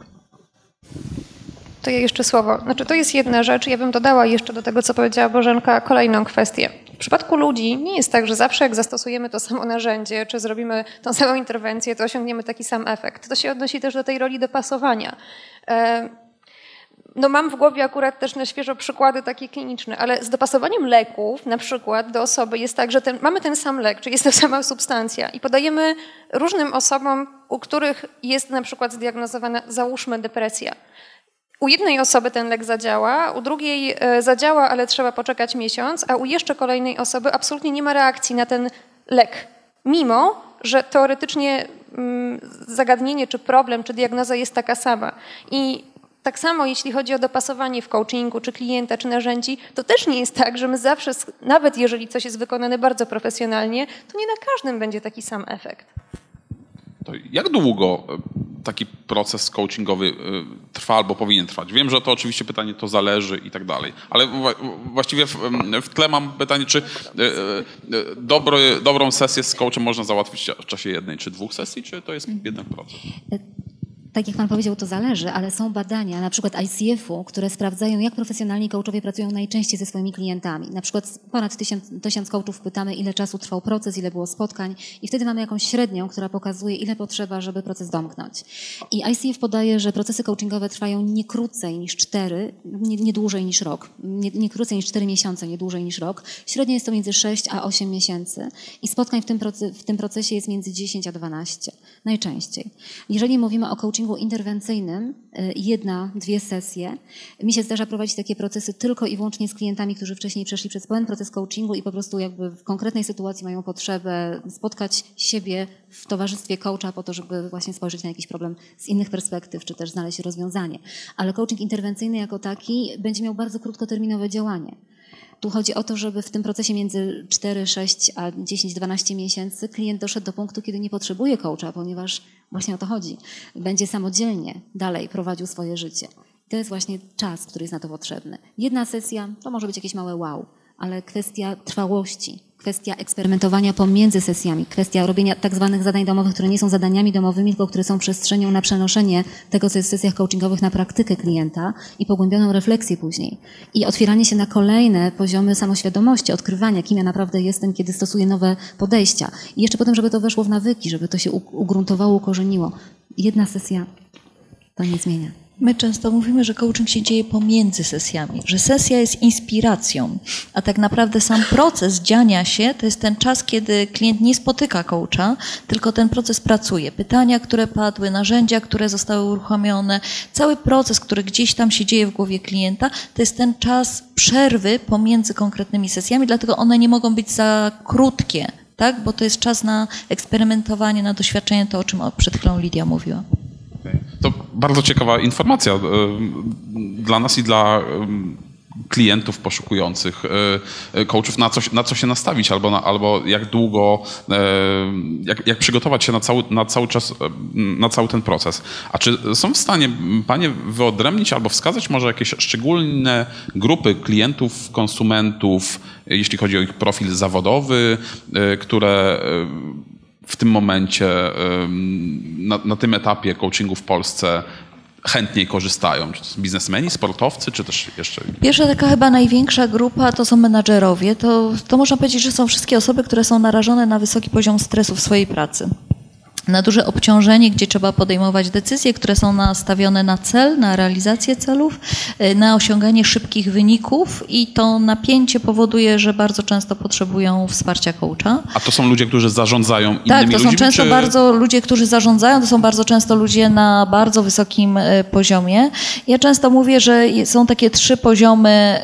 To ja jeszcze słowo. Znaczy, to jest jedna rzecz. Ja bym dodała jeszcze do tego, co powiedziała Bożenka, kolejną kwestię. W przypadku ludzi nie jest tak, że zawsze jak zastosujemy to samo narzędzie, czy zrobimy tą samą interwencję, to osiągniemy taki sam efekt. To się odnosi też do tej roli dopasowania. No mam w głowie akurat też na świeżo przykłady takie kliniczne, ale z dopasowaniem leków na przykład do osoby jest tak, że ten, mamy ten sam lek, czyli jest ta sama substancja i podajemy różnym osobom, u których jest na przykład zdiagnozowana, załóżmy, depresja. U jednej osoby ten lek zadziała, u drugiej zadziała, ale trzeba poczekać miesiąc, a u jeszcze kolejnej osoby absolutnie nie ma reakcji na ten lek. Mimo, że teoretycznie zagadnienie, czy problem, czy diagnoza jest taka sama. I tak samo jeśli chodzi o dopasowanie w coachingu, czy klienta, czy narzędzi, to też nie jest tak, że my zawsze, nawet jeżeli coś jest wykonane bardzo profesjonalnie, to nie na każdym będzie taki sam efekt. To jak długo taki proces coachingowy trwa albo powinien trwać? Wiem, że to oczywiście pytanie to zależy i tak dalej, ale właściwie w, w tle mam pytanie, czy dobry, dobrą sesję z coachem można załatwić w czasie jednej czy dwóch sesji, czy to jest jeden proces? Tak jak pan powiedział, to zależy, ale są badania, na przykład I C F-u, które sprawdzają, jak profesjonalni coachowie pracują najczęściej ze swoimi klientami. Na przykład ponad tysiąc, tysiąc coachów pytamy, ile czasu trwał proces, ile było spotkań i wtedy mamy jakąś średnią, która pokazuje, ile potrzeba, żeby proces domknąć. I I C F podaje, że procesy coachingowe trwają nie krócej niż cztery, nie, nie dłużej niż rok, nie, nie krócej niż cztery miesiące, nie dłużej niż rok. Średnio jest to między sześć a osiem miesięcy i spotkań w tym, proces, w tym procesie jest między dziesięć a dwanaście, najczęściej. Jeżeli mówimy o coachingu interwencyjnym, jedna, dwie sesje. Mi się zdarza prowadzić takie procesy tylko i wyłącznie z klientami, którzy wcześniej przeszli przez pełen proces coachingu i po prostu jakby w konkretnej sytuacji mają potrzebę spotkać siebie w towarzystwie coacha po to, żeby właśnie spojrzeć na jakiś problem z innych perspektyw, czy też znaleźć rozwiązanie. Ale coaching interwencyjny jako taki będzie miał bardzo krótkoterminowe działanie. Tu chodzi o to, żeby w tym procesie między cztery, sześć a dziesięć, dwanaście miesięcy klient doszedł do punktu, kiedy nie potrzebuje coacha, ponieważ właśnie o to chodzi. Będzie samodzielnie dalej prowadził swoje życie. To jest właśnie czas, który jest na to potrzebny. Jedna sesja to może być jakieś małe wow, ale kwestia trwałości, kwestia eksperymentowania pomiędzy sesjami, kwestia robienia tak zwanych zadań domowych, które nie są zadaniami domowymi, tylko które są przestrzenią na przenoszenie tego, co jest w sesjach coachingowych na praktykę klienta i pogłębioną refleksję później. I otwieranie się na kolejne poziomy samoświadomości, odkrywania, kim ja naprawdę jestem, kiedy stosuję nowe podejścia. I jeszcze potem, żeby to weszło w nawyki, żeby to się ugruntowało, ukorzeniło. Jedna sesja to nie zmienia. My często mówimy, że coaching się dzieje pomiędzy sesjami, że sesja jest inspiracją, a tak naprawdę sam proces dziania się to jest ten czas, kiedy klient nie spotyka coacha, tylko ten proces pracuje. Pytania, które padły, narzędzia, które zostały uruchomione, cały proces, który gdzieś tam się dzieje w głowie klienta, to jest ten czas przerwy pomiędzy konkretnymi sesjami, dlatego one nie mogą być za krótkie, tak? Bo to jest czas na eksperymentowanie, na doświadczenie, to o czym przed chwilą Lidia mówiła. To bardzo ciekawa informacja dla nas i dla klientów poszukujących coachów, na co, na co się nastawić, albo, na, albo jak długo, jak, jak przygotować się na cały, na cały czas, na cały ten proces. A czy są w stanie panie wyodrębnić albo wskazać może jakieś szczególne grupy klientów, konsumentów, jeśli chodzi o ich profil zawodowy, które w tym momencie, na, na tym etapie coachingu w Polsce chętniej korzystają? Czy to są biznesmeni, sportowcy, czy też jeszcze... Pierwsza taka chyba największa grupa to są menadżerowie. To, to można powiedzieć, że są wszystkie osoby, które są narażone na wysoki poziom stresu w swojej pracy. Na duże obciążenie, gdzie trzeba podejmować decyzje, które są nastawione na cel, na realizację celów, na osiąganie szybkich wyników i to napięcie powoduje, że bardzo często potrzebują wsparcia coacha. A to są ludzie, którzy zarządzają innymi ludźmi? Tak, to ludźmi, są często czy... bardzo ludzie, którzy zarządzają, to są bardzo często ludzie na bardzo wysokim poziomie. Ja często mówię, że są takie trzy poziomy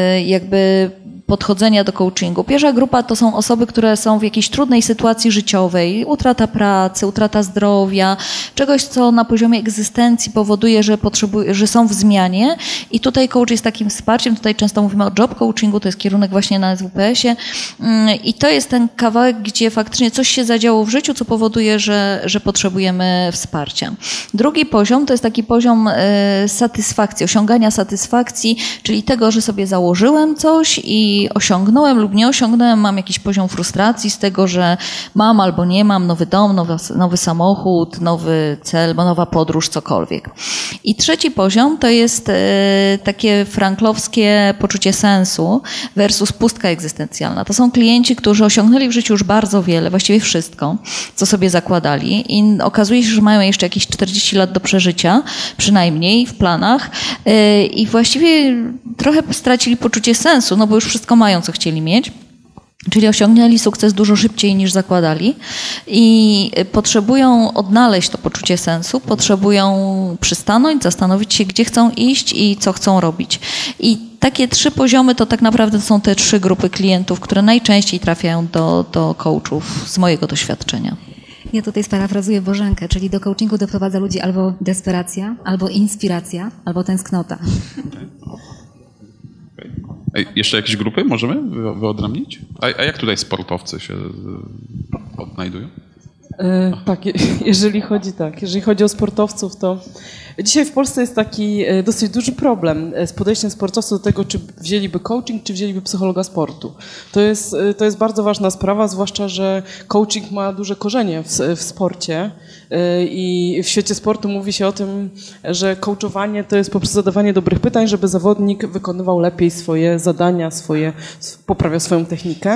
jakby podchodzenia do coachingu. Pierwsza grupa to są osoby, które są w jakiejś trudnej sytuacji życiowej, utrata pracy, utrata zdrowia, czegoś, co na poziomie egzystencji powoduje, że, potrzebują, że są w zmianie i tutaj coach jest takim wsparciem. Tutaj często mówimy o job coachingu, to jest kierunek właśnie na S W P S ie i to jest ten kawałek, gdzie faktycznie coś się zadziało w życiu, co powoduje, że, że potrzebujemy wsparcia. Drugi poziom to jest taki poziom satysfakcji, osiągania satysfakcji, czyli tego, że sobie założyłem coś i osiągnąłem lub nie osiągnąłem, mam jakiś poziom frustracji z tego, że mam albo nie mam nowy dom, nowy, nowy samochód, nowy cel, nowa podróż, cokolwiek. I trzeci poziom to jest e, takie franklowskie poczucie sensu versus pustka egzystencjalna. To są klienci, którzy osiągnęli w życiu już bardzo wiele, właściwie wszystko, co sobie zakładali i okazuje się, że mają jeszcze jakieś czterdzieści lat do przeżycia, przynajmniej w planach e, i właściwie trochę stracili poczucie sensu, no bo już wszystko mają, co chcieli mieć. Czyli osiągnęli sukces dużo szybciej niż zakładali i potrzebują odnaleźć to poczucie sensu, potrzebują przystanąć, zastanowić się, gdzie chcą iść i co chcą robić. I takie trzy poziomy to tak naprawdę są te trzy grupy klientów, które najczęściej trafiają do, do coachów z mojego doświadczenia. Ja tutaj sparafrazuję Bożenkę, czyli do coachingu doprowadza ludzi albo desperacja, albo inspiracja, albo tęsknota. Jeszcze jakieś grupy możemy wyodrębnić? A, a jak tutaj sportowcy się odnajdują? E, tak, jeżeli chodzi tak, jeżeli chodzi o sportowców, to dzisiaj w Polsce jest taki dosyć duży problem z podejściem sportowców do tego, czy wzięliby coaching, czy wzięliby psychologa sportu. To jest, to jest bardzo ważna sprawa, zwłaszcza, że coaching ma duże korzenie w, w sporcie i w świecie sportu mówi się o tym, że coachowanie to jest poprzez zadawanie dobrych pytań, żeby zawodnik wykonywał lepiej swoje zadania, swoje, poprawiał swoją technikę.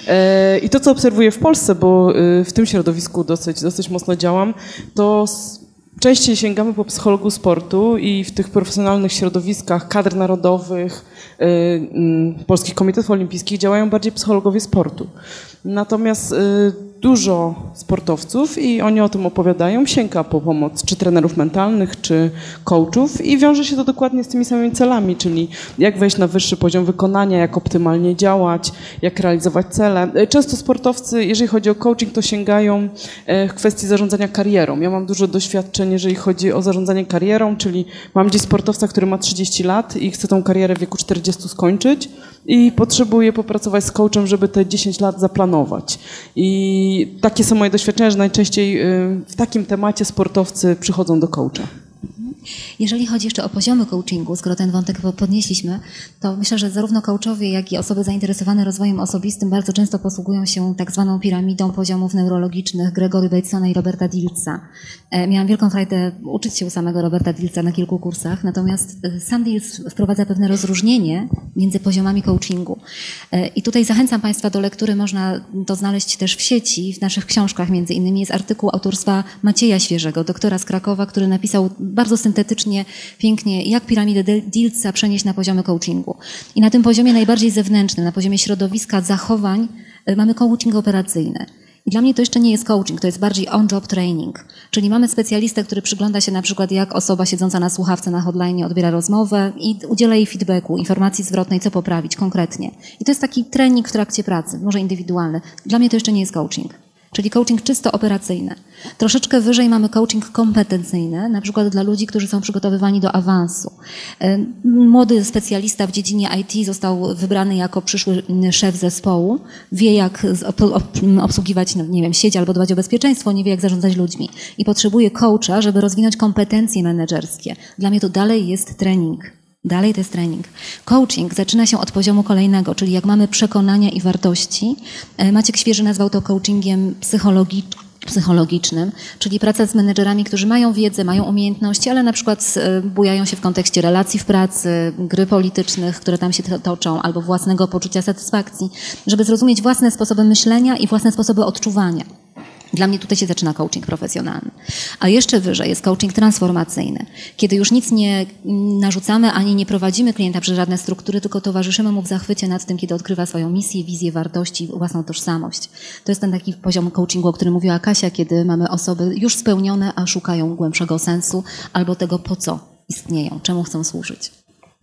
I to, co obserwuję w Polsce, bo w tym środowisku dosyć, dosyć mocno działam, to częściej sięgamy po psychologu sportu i w tych profesjonalnych środowiskach kadr narodowych, y, y, polskich komitetów olimpijskich działają bardziej psychologowie sportu. Natomiast y, dużo sportowców, i oni o tym opowiadają, sięga po pomoc czy trenerów mentalnych, czy coachów i wiąże się to dokładnie z tymi samymi celami, czyli jak wejść na wyższy poziom wykonania, jak optymalnie działać, jak realizować cele. Często sportowcy, jeżeli chodzi o coaching, to sięgają w kwestii zarządzania karierą. Ja mam dużo doświadczeń, jeżeli chodzi o zarządzanie karierą, czyli mam gdzieś sportowca, który ma trzydzieści lat i chce tą karierę w wieku czterdziestu skończyć i potrzebuje popracować z coachem, żeby te dziesięć lat zaplanować. I takie są moje doświadczenia, że najczęściej w takim temacie sportowcy przychodzą do coacha. Jeżeli chodzi jeszcze o poziomy coachingu, skoro ten wątek podnieśliśmy, to myślę, że zarówno coachowie, jak i osoby zainteresowane rozwojem osobistym bardzo często posługują się tak zwaną piramidą poziomów neurologicznych Gregory Batesona i Roberta Diltsa. Miałam wielką frajdę uczyć się u samego Roberta Diltsa na kilku kursach, natomiast sam Dilts wprowadza pewne rozróżnienie między poziomami coachingu. I tutaj zachęcam Państwa do lektury, można to znaleźć też w sieci, w naszych książkach między innymi. Jest artykuł autorstwa Macieja Świeżego, doktora z Krakowa, który napisał bardzo syntetycznie, pięknie, jak piramidę Diltsa przenieść na poziomy coachingu. I na tym poziomie najbardziej zewnętrznym, na poziomie środowiska, zachowań, mamy coaching operacyjny. I dla mnie to jeszcze nie jest coaching, to jest bardziej on-job training. Czyli mamy specjalistę, który przygląda się na przykład, jak osoba siedząca na słuchawce na hotline odbiera rozmowę i udziela jej feedbacku, informacji zwrotnej, co poprawić konkretnie. I to jest taki trening w trakcie pracy, może indywidualny. Dla mnie to jeszcze nie jest coaching. czyli coaching czysto operacyjny. Troszeczkę wyżej mamy coaching kompetencyjny, na przykład dla ludzi, którzy są przygotowywani do awansu. Młody specjalista w dziedzinie I T został wybrany jako przyszły szef zespołu, wie jak obsługiwać, no, nie wiem, sieć albo dbać o bezpieczeństwo, nie wie jak zarządzać ludźmi i potrzebuje coacha, żeby rozwinąć kompetencje menedżerskie. Dla mnie to dalej jest trening. Dalej to jest trening. Coaching zaczyna się od poziomu kolejnego, czyli jak mamy przekonania i wartości. Maciek Świeży nazwał to coachingiem psychologicznym, psychologicznym, czyli praca z menedżerami, którzy mają wiedzę, mają umiejętności, ale na przykład bujają się w kontekście relacji w pracy, gry politycznych, które tam się toczą, albo własnego poczucia satysfakcji, żeby zrozumieć własne sposoby myślenia i własne sposoby odczuwania. Dla mnie tutaj się zaczyna coaching profesjonalny. A jeszcze wyżej jest coaching transformacyjny, kiedy już nic nie narzucamy ani nie prowadzimy klienta przez żadne struktury, tylko towarzyszymy mu w zachwycie nad tym, kiedy odkrywa swoją misję, wizję, wartości, własną tożsamość. To jest ten taki poziom coachingu, o którym mówiła Kasia, kiedy mamy osoby już spełnione, a szukają głębszego sensu albo tego, po co istnieją, czemu chcą służyć.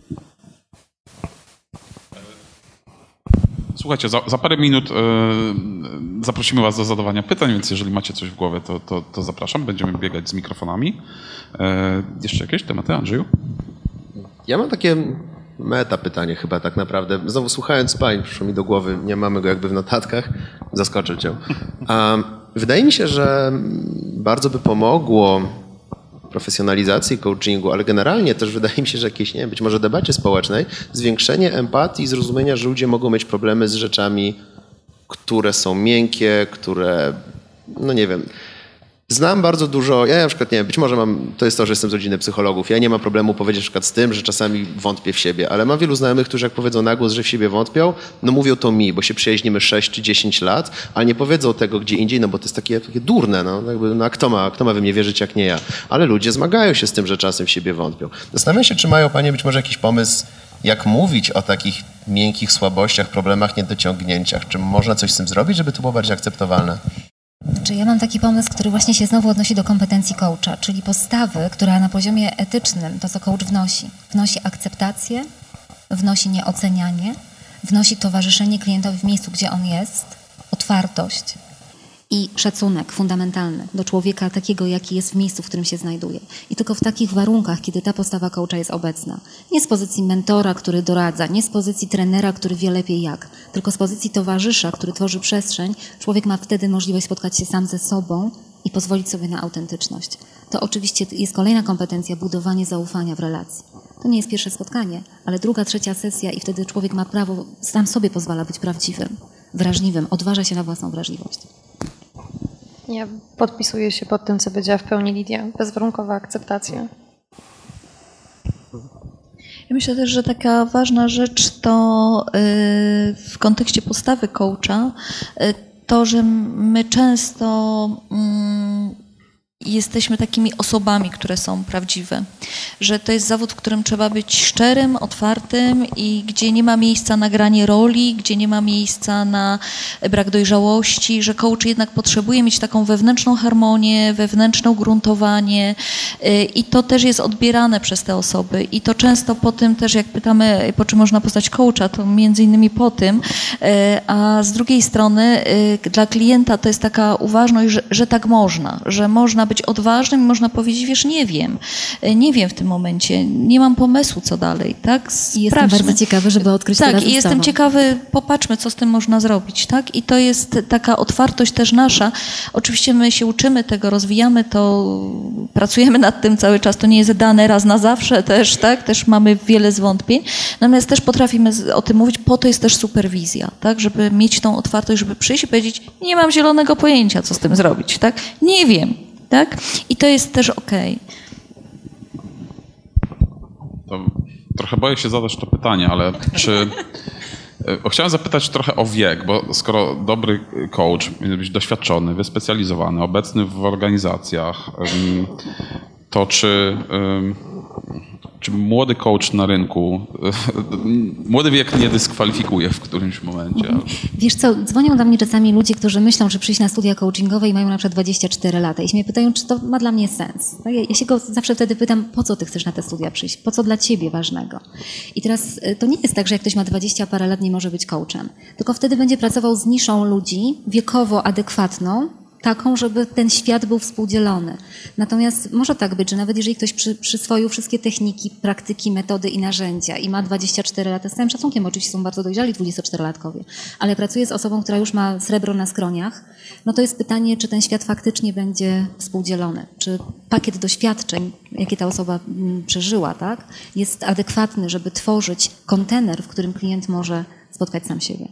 Słuchajcie, za, za parę minut y, zaprosimy was do zadawania pytań, więc jeżeli macie coś w głowie, to, to, to zapraszam. Będziemy biegać z mikrofonami. Y, jeszcze jakieś tematy, Andrzeju? Ja mam takie meta pytanie chyba tak naprawdę. Znowu słuchając pań, przyszło mi do głowy, nie mamy go jakby w notatkach, zaskoczę cię. Um, wydaje mi się, że bardzo by pomogło profesjonalizacji coachingu, ale generalnie też wydaje mi się, że jakieś, nie wiem, być może debacie społecznej, zwiększenie empatii i zrozumienia, że ludzie mogą mieć problemy z rzeczami, które są miękkie, które, no nie wiem, znam bardzo dużo, ja na przykład, nie wiem, być może mam, to jest to, że jestem z rodziny psychologów, ja nie mam problemu powiedzieć na przykład z tym, że czasami wątpię w siebie, ale mam wielu znajomych, którzy jak powiedzą na głos, że w siebie wątpią, no mówią to mi, bo się przyjaźnimy sześć czy dziesięć lat, ale nie powiedzą tego gdzie indziej, no bo to jest takie, takie durne, no, jakby, no a kto ma, kto ma we mnie wierzyć jak nie ja, ale ludzie zmagają się z tym, że czasem w siebie wątpią. Zastanawiam się, czy mają panie być może jakiś pomysł, jak mówić o takich miękkich słabościach, problemach, niedociągnięciach, czy można coś z tym zrobić, żeby to było bardziej akceptowalne? Czy ja mam taki pomysł, który właśnie się znowu odnosi do kompetencji coacha, czyli postawy, która na poziomie etycznym, to co coach wnosi, wnosi akceptację, wnosi nieocenianie, wnosi towarzyszenie klientowi w miejscu, gdzie on jest, otwartość i szacunek fundamentalny do człowieka takiego, jaki jest w miejscu, w którym się znajduje. I tylko w takich warunkach, kiedy ta postawa coacha jest obecna. Nie z pozycji mentora, który doradza, nie z pozycji trenera, który wie lepiej jak, tylko z pozycji towarzysza, który tworzy przestrzeń, człowiek ma wtedy możliwość spotkać się sam ze sobą i pozwolić sobie na autentyczność. To oczywiście jest kolejna kompetencja, budowanie zaufania w relacji. To nie jest pierwsze spotkanie, ale druga, trzecia sesja i wtedy człowiek ma prawo, sam sobie pozwala być prawdziwym, wrażliwym, odważa się na własną wrażliwość. Ja podpisuję się pod tym, co powiedziała w pełni Lidia. Bezwarunkowa akceptacja. Ja myślę też, że taka ważna rzecz to w kontekście postawy coacha, to, że my często jesteśmy takimi osobami, które są prawdziwe. Że to jest zawód, w którym trzeba być szczerym, otwartym i gdzie nie ma miejsca na granie roli, gdzie nie ma miejsca na brak dojrzałości, że coach jednak potrzebuje mieć taką wewnętrzną harmonię, wewnętrzne ugruntowanie i to też jest odbierane przez te osoby. I to często po tym też, jak pytamy, po czym można poznać coacha, to między innymi po tym, a z drugiej strony dla klienta to jest taka uważność, że, że tak można, że można być odważnym i można powiedzieć, wiesz, nie wiem, nie wiem w tym momencie, nie mam pomysłu, co dalej, tak? I jestem bardzo ciekawy, żeby odkryć Tak, teraz i jestem ciekawy, popatrzmy, co z tym można zrobić, tak? I to jest taka otwartość też nasza. Oczywiście my się uczymy tego, rozwijamy to, pracujemy nad tym cały czas, to nie jest dane raz na zawsze też, tak? Też mamy wiele zwątpień, natomiast też potrafimy o tym mówić, po to jest też superwizja, tak? Żeby mieć tą otwartość, żeby przyjść i powiedzieć, nie mam zielonego pojęcia, co z tym zrobić, tak? Nie wiem. Tak? I to jest też okej. To trochę boję się zadać to pytanie, ale czy... Chciałem zapytać trochę o wiek, bo skoro dobry coach, być doświadczony, wyspecjalizowany, obecny w organizacjach, to czy czy młody coach na rynku, młody wiek nie dyskwalifikuje w którymś momencie. Wiesz co, dzwonią do mnie czasami ludzie, którzy myślą, że przyjść na studia coachingowe i mają na przykład dwadzieścia cztery lata i się mnie pytają, czy to ma dla mnie sens. Ja, ja się go zawsze wtedy pytam, po co ty chcesz na te studia przyjść, po co dla ciebie ważnego. I teraz to nie jest tak, że jak ktoś ma dwadzieścia parę lat, nie może być coachem, tylko wtedy będzie pracował z niszą ludzi wiekowo adekwatną, taką, żeby ten świat był współdzielony. Natomiast może tak być, że nawet jeżeli ktoś przy, przyswoił wszystkie techniki, praktyki, metody i narzędzia i ma dwadzieścia cztery lata, z całym szacunkiem oczywiście są bardzo dojrzali dwudziestoczterolatkowie, ale pracuje z osobą, która już ma srebro na skroniach, no to jest pytanie, czy ten świat faktycznie będzie współdzielony. Czy pakiet doświadczeń, jakie ta osoba przeżyła, tak, jest adekwatny, żeby tworzyć kontener, w którym klient może spotkać sam siebie.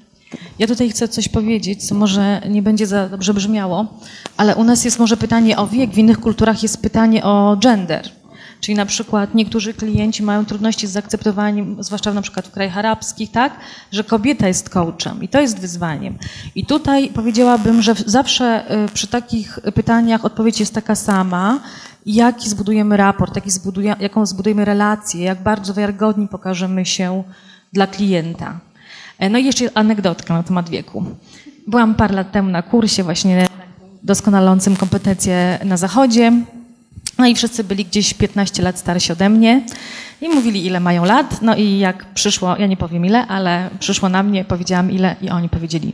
Ja tutaj chcę coś powiedzieć, co może nie będzie za dobrze brzmiało, ale u nas jest może pytanie o wiek, w innych kulturach jest pytanie o gender. Czyli na przykład niektórzy klienci mają trudności z zaakceptowaniem, zwłaszcza na przykład w krajach arabskich, tak, że kobieta jest coachem i to jest wyzwaniem. I tutaj powiedziałabym, że zawsze przy takich pytaniach odpowiedź jest taka sama, jaki zbudujemy raport, jaki zbuduje, jaką zbudujemy relację, jak bardzo wiarygodni pokażemy się dla klienta. No i jeszcze anegdotka na temat wieku. Byłam parę lat temu na kursie właśnie doskonalącym kompetencje na zachodzie. No i wszyscy byli gdzieś piętnaście lat starsi ode mnie i mówili, ile mają lat. No i jak przyszło, ja nie powiem ile, ale przyszło na mnie, powiedziałam ile i oni powiedzieli,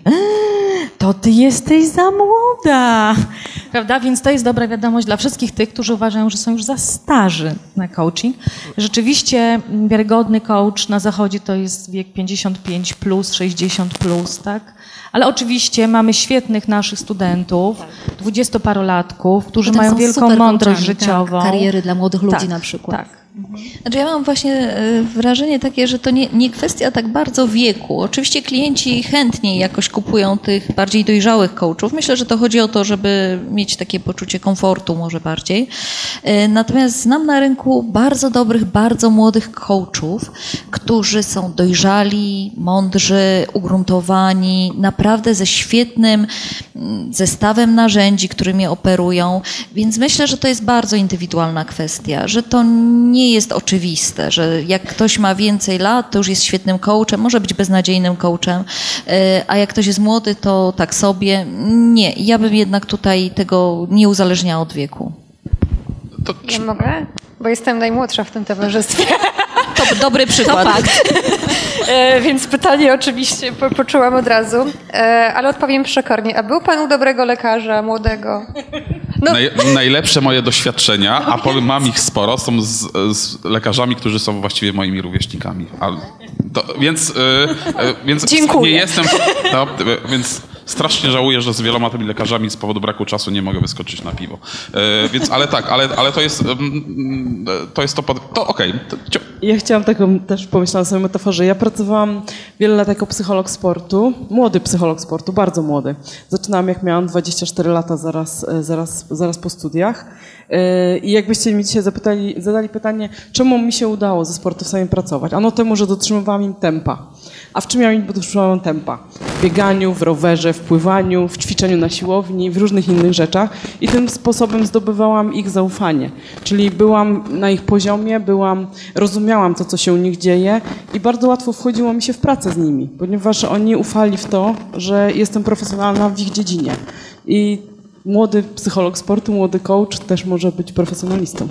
to ty jesteś za młoda. Prawda? Więc to jest dobra wiadomość dla wszystkich tych, którzy uważają, że są już za starzy na coaching. Rzeczywiście wiarygodny coach na zachodzie to jest wiek pięćdziesiąt pięć plus, sześćdziesiąt plus, tak? Ale oczywiście mamy świetnych naszych studentów, dwudziestoparolatków, którzy Potem mają wielką mądrość życiową. Tak, kariery dla młodych ludzi tak, na przykład. Tak. Znaczy ja mam właśnie wrażenie takie, że to nie, nie kwestia tak bardzo wieku. Oczywiście klienci chętniej jakoś kupują tych bardziej dojrzałych coachów. Myślę, że to chodzi o to, żeby mieć takie poczucie komfortu może bardziej. Natomiast znam na rynku bardzo dobrych, bardzo młodych coachów, którzy są dojrzali, mądrzy, ugruntowani, naprawdę ze świetnym zestawem narzędzi, którymi operują. Więc myślę, że to jest bardzo indywidualna kwestia, że to nie jest oczywiste, że jak ktoś ma więcej lat, to już jest świetnym coachem, może być beznadziejnym coachem, a jak ktoś jest młody, to tak sobie. Nie, ja bym jednak tutaj tego nie uzależniała od wieku. To... Ja mogę? Bo jestem najmłodsza w tym towarzystwie. To dobry przykład. e, więc pytanie oczywiście po, poczułam od razu, e, ale odpowiem przekornie. A był pan u dobrego lekarza, młodego? No. Naj, najlepsze moje doświadczenia, a powiem, mam ich sporo, są z, z lekarzami, którzy są właściwie moimi rówieśnikami. Ale to, więc, yy, yy, więc Dziękuję. nie jestem... No, więc strasznie żałuję, że z wieloma tymi lekarzami z powodu braku czasu nie mogę wyskoczyć na piwo. Yy, więc, ale tak, ale, ale to jest... Yy, to jest to... Pod, to okej. Okay. Ja chciałam taką, też pomyślałam sobie metaforze. Ja pracowałam wiele lat jako psycholog sportu, młody psycholog sportu, bardzo młody. Zaczynałam jak miałam dwadzieścia cztery lata zaraz, zaraz, zaraz po studiach. I jakbyście mi dzisiaj zapytali, zadali pytanie, czemu mi się udało ze sportowcami pracować? Ano temu, że dotrzymywałam im tempa. A w czym ja im dotrzymywałam tempa? W bieganiu, w rowerze, w pływaniu, w ćwiczeniu na siłowni, w różnych innych rzeczach. I tym sposobem zdobywałam ich zaufanie. Czyli byłam na ich poziomie, byłam, rozumiałam to, co się u nich dzieje i bardzo łatwo wchodziło mi się w pracę z nimi, ponieważ oni ufali w to, że jestem profesjonalna w ich dziedzinie. I młody psycholog sportu, młody coach też może być profesjonalistą.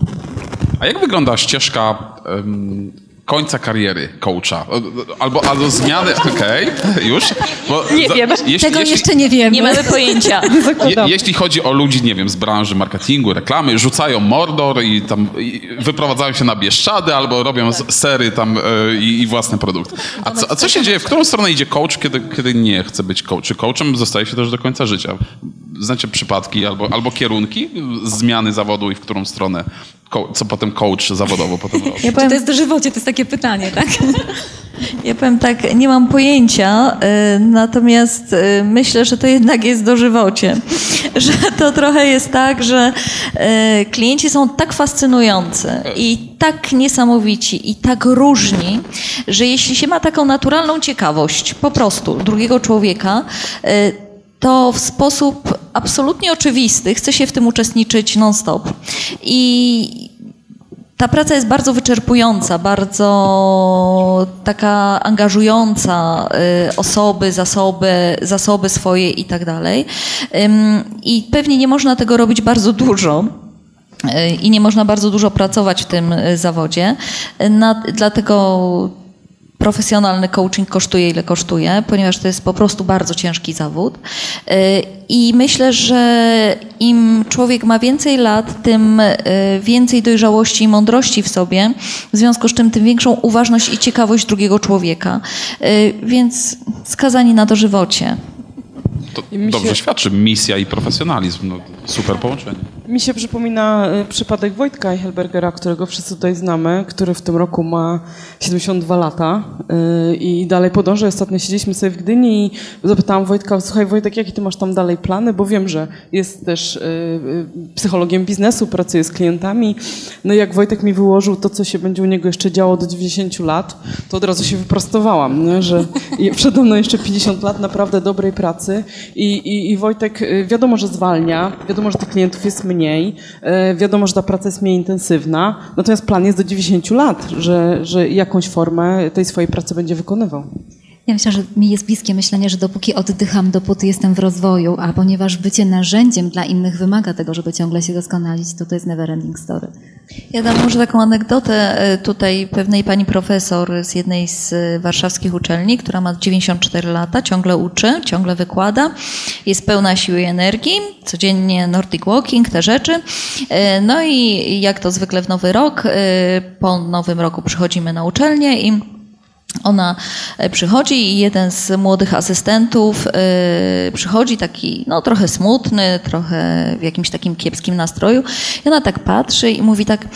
A jak wygląda ścieżka um, końca kariery coacha? Albo, albo zmiany... Okej, okay, już? Bo nie za, wiem. jeśli, Tego jeśli, jeszcze nie wiemy. Nie mamy pojęcia. Je, jeśli chodzi o ludzi, nie wiem, z branży marketingu, reklamy, rzucają Mordor i tam i wyprowadzają się na Bieszczady albo robią tak. sery tam y, i, i własne produkty. A co, a co się dzieje? W którą stronę idzie coach, kiedy, kiedy nie chce być coach? Czy coachem zostaje się też do końca życia? Znacie przypadki albo, albo kierunki zmiany zawodu i w którą stronę, co potem coach zawodowo potem robi? Ja powiem, to jest dożywocie, to jest takie pytanie, tak? Ja powiem tak, nie mam pojęcia, y, natomiast y, myślę, że to jednak jest dożywocie. Że to trochę jest tak, że y, klienci są tak fascynujący i tak niesamowici i tak różni, że jeśli się ma taką naturalną ciekawość po prostu drugiego człowieka, y, to w sposób absolutnie oczywisty chce się w tym uczestniczyć non-stop. I Ta praca jest bardzo wyczerpująca, bardzo taka angażująca, y, osoby, zasoby, zasoby swoje i tak dalej. Ym, I pewnie nie można tego robić bardzo dużo. Y, I nie można bardzo dużo pracować w tym y, zawodzie. Na, dlatego profesjonalny coaching kosztuje, ile kosztuje, ponieważ to jest po prostu bardzo ciężki zawód. I myślę, że im człowiek ma więcej lat, tym więcej dojrzałości i mądrości w sobie, w związku z czym tym większą uważność i ciekawość drugiego człowieka. Więc skazani na dożywocie. To dobrze świadczy, misja i profesjonalizm. No, super połączenie. Mi się przypomina przypadek Wojtka Eichelbergera, którego wszyscy tutaj znamy, który w tym roku ma siedemdziesiąt dwa lata i dalej podąża. Ostatnio siedzieliśmy sobie w Gdyni i zapytałam Wojtka, słuchaj Wojtek, jakie ty masz tam dalej plany, bo wiem, że jest też psychologiem biznesu, pracuje z klientami. No i jak Wojtek mi wyłożył to, co się będzie u niego jeszcze działo do dziewięćdziesięciu lat, to od razu się wyprostowałam, nie? Że przede mną jeszcze pięćdziesiąt lat naprawdę dobrej pracy i, i, i Wojtek wiadomo, że zwalnia, wiadomo, że tych klientów jest mniej, mniej. Wiadomo, że ta praca jest mniej intensywna, natomiast plan jest do dziewięćdziesięciu lat, że, że jakąś formę tej swojej pracy będzie wykonywał. Ja myślę, że mi jest bliskie myślenie, że dopóki oddycham, dopóty jestem w rozwoju, a ponieważ bycie narzędziem dla innych wymaga tego, żeby ciągle się doskonalić, to to jest never ending story. Ja dam może taką anegdotę tutaj pewnej pani profesor z jednej z warszawskich uczelni, która ma dziewięćdziesiąt cztery lata, ciągle uczy, ciągle wykłada, jest pełna siły i energii, codziennie Nordic Walking, te rzeczy. No i jak to zwykle w nowy rok, po nowym roku przychodzimy na uczelnię i ona przychodzi i jeden z młodych asystentów yy, przychodzi taki, no trochę smutny, trochę w jakimś takim kiepskim nastroju i ona tak patrzy i mówi tak,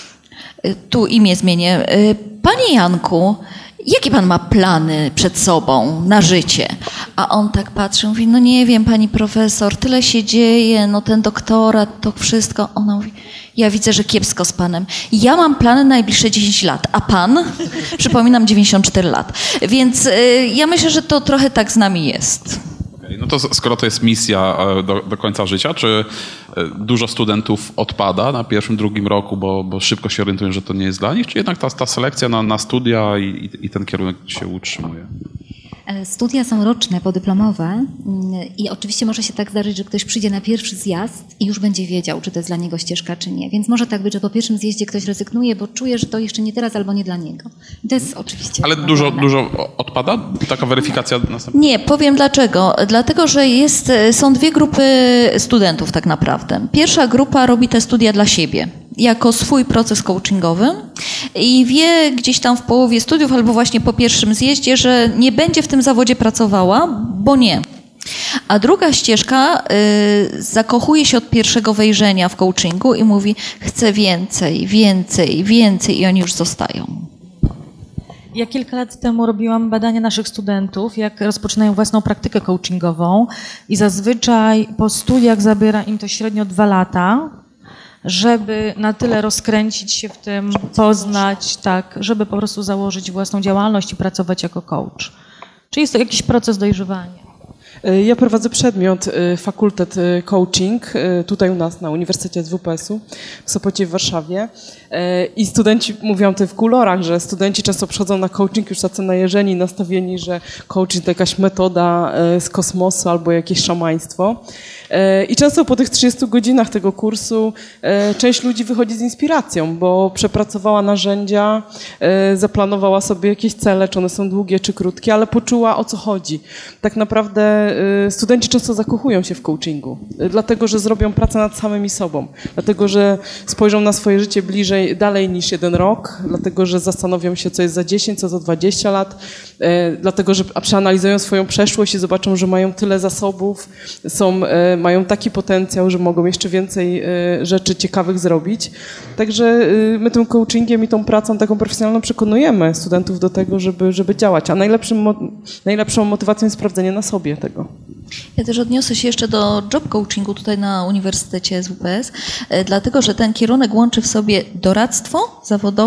yy, tu imię zmienię, yy, Panie Janku, jakie pan ma plany przed sobą na życie? A on tak patrzy, mówi, no nie wiem pani profesor, tyle się dzieje, no ten doktorat, to wszystko. Ona mówi, ja widzę, że kiepsko z panem. Ja mam plany na najbliższe dziesięć lat, a pan? Przypominam, dziewięćdziesiąt cztery lat. Więc y, ja myślę, że to trochę tak z nami jest. Okay, no to skoro to jest misja do, do końca życia, czy dużo studentów odpada na pierwszym, drugim roku, bo, bo szybko się orientują, że to nie jest dla nich, czy jednak ta, ta selekcja na, na studia i, i ten kierunek się utrzymuje? Studia są roczne, podyplomowe i oczywiście może się tak zdarzyć, że ktoś przyjdzie na pierwszy zjazd i już będzie wiedział, czy to jest dla niego ścieżka, czy nie. Więc może tak być, że po pierwszym zjeździe ktoś rezygnuje, bo czuje, że to jeszcze nie teraz albo nie dla niego. I to jest oczywiście... Ale dużo, dużo odpada? Taka weryfikacja następna? Nie, powiem dlaczego. Dlatego, że jest, są dwie grupy studentów tak naprawdę. Pierwsza grupa robi te studia dla siebie, jako swój proces coachingowy i wie gdzieś tam w połowie studiów albo właśnie po pierwszym zjeździe, że nie będzie w tym zawodzie pracowała, bo nie. A druga ścieżka y, zakochuje się od pierwszego wejrzenia w coachingu i mówi, chcę więcej, więcej, więcej i oni już zostają. Ja kilka lat temu robiłam badania naszych studentów, jak rozpoczynają własną praktykę coachingową i zazwyczaj po studiach zabiera im to średnio dwa lata, żeby na tyle rozkręcić się w tym, poznać, tak, żeby po prostu założyć własną działalność i pracować jako coach. Czy jest to jakiś proces dojrzewania? Ja prowadzę przedmiot, fakultet coaching tutaj u nas na Uniwersytecie z W P S u w Sopocie w Warszawie i studenci mówią tutaj w kolorach, że studenci często przychodzą na coaching już tacy najeżeni, nastawieni, że coaching to jakaś metoda z kosmosu albo jakieś szamaństwo. I często po tych trzydziestu godzinach tego kursu część ludzi wychodzi z inspiracją, bo przepracowała narzędzia, zaplanowała sobie jakieś cele, czy one są długie, czy krótkie, ale poczuła, o co chodzi. Tak naprawdę studenci często zakochują się w coachingu, dlatego, że zrobią pracę nad samymi sobą, dlatego, że spojrzą na swoje życie bliżej, dalej niż jeden rok, dlatego, że zastanowią się, co jest za dziesięć, co za dwadzieścia lat, dlatego, że przeanalizują swoją przeszłość i zobaczą, że mają tyle zasobów, są, mają taki potencjał, że mogą jeszcze więcej rzeczy ciekawych zrobić. Także my tym coachingiem i tą pracą taką profesjonalną przekonujemy studentów do tego, żeby, żeby działać, a najlepszym, najlepszą motywacją jest sprawdzenie na sobie tego. Ja też odniosę się jeszcze do job coachingu tutaj na Uniwersytecie S W P S, dlatego że ten kierunek łączy w sobie doradztwo zawodowe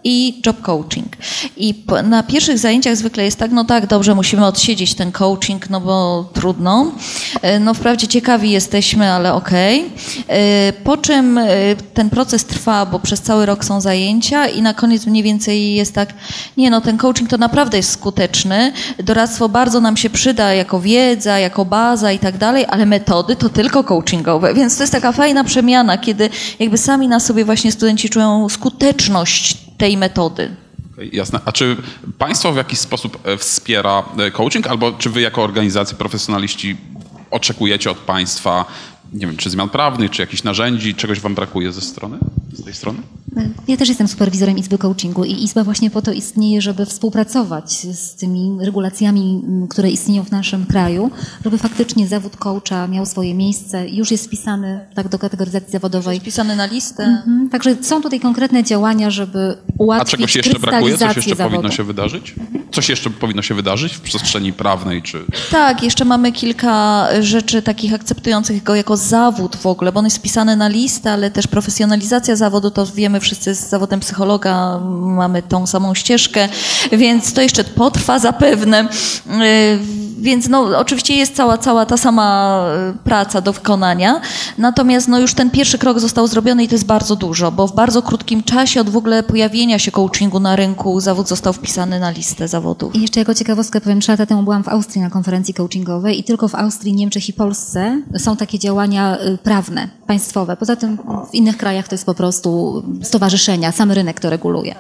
i job coaching. I po, na pierwszych zajęciach zwykle jest tak, no tak, dobrze, musimy odsiedzieć ten coaching, no bo trudno. No wprawdzie ciekawi jesteśmy, ale okej. Okay. Po czym ten proces trwa, bo przez cały rok są zajęcia i na koniec mniej więcej jest tak, nie no, ten coaching to naprawdę jest skuteczny, doradztwo bardzo nam się przyda jako wiedza, jako baza i tak dalej, ale metody to tylko coachingowe, więc to jest taka fajna przemiana, kiedy jakby sami na sobie właśnie studenci czują skuteczność tej metody. Jasne. A czy państwo w jakiś sposób wspiera coaching, albo czy wy jako organizacja, profesjonaliści oczekujecie od państwa, nie wiem, czy zmian prawnych, czy jakichś narzędzi, czegoś wam brakuje ze strony, z tej strony? Ja też jestem superwizorem Izby Coachingu i Izba właśnie po to istnieje, żeby współpracować z tymi regulacjami, które istnieją w naszym kraju, żeby faktycznie zawód coacha miał swoje miejsce. Już jest wpisany tak do kategoryzacji zawodowej. Jest wpisany na listę. Mhm. Także są tutaj konkretne działania, żeby ułatwić A czegoś jeszcze brakuje? Coś jeszcze zawodu. powinno się wydarzyć? Coś jeszcze powinno się wydarzyć w przestrzeni prawnej? Czy... Tak, jeszcze mamy kilka rzeczy takich akceptujących go jako zawód w ogóle, bo on jest wpisany na listę, ale też profesjonalizacja zawodu, to wiemy wszyscy z zawodem psychologa, mamy tą samą ścieżkę, więc to jeszcze potrwa zapewne. Więc no, oczywiście jest cała, cała ta sama praca do wykonania, natomiast no, już ten pierwszy krok został zrobiony i to jest bardzo dużo, bo w bardzo krótkim czasie od w ogóle pojawienia się coachingu na rynku zawód został wpisany na listę zawodów. I jeszcze jako ciekawostkę powiem, trzy lata temu byłam w Austrii na konferencji coachingowej i tylko w Austrii, Niemczech i Polsce są takie działania prawne, państwowe. Poza tym w innych krajach to jest po prostu stowarzyszenia, sam rynek to reguluje.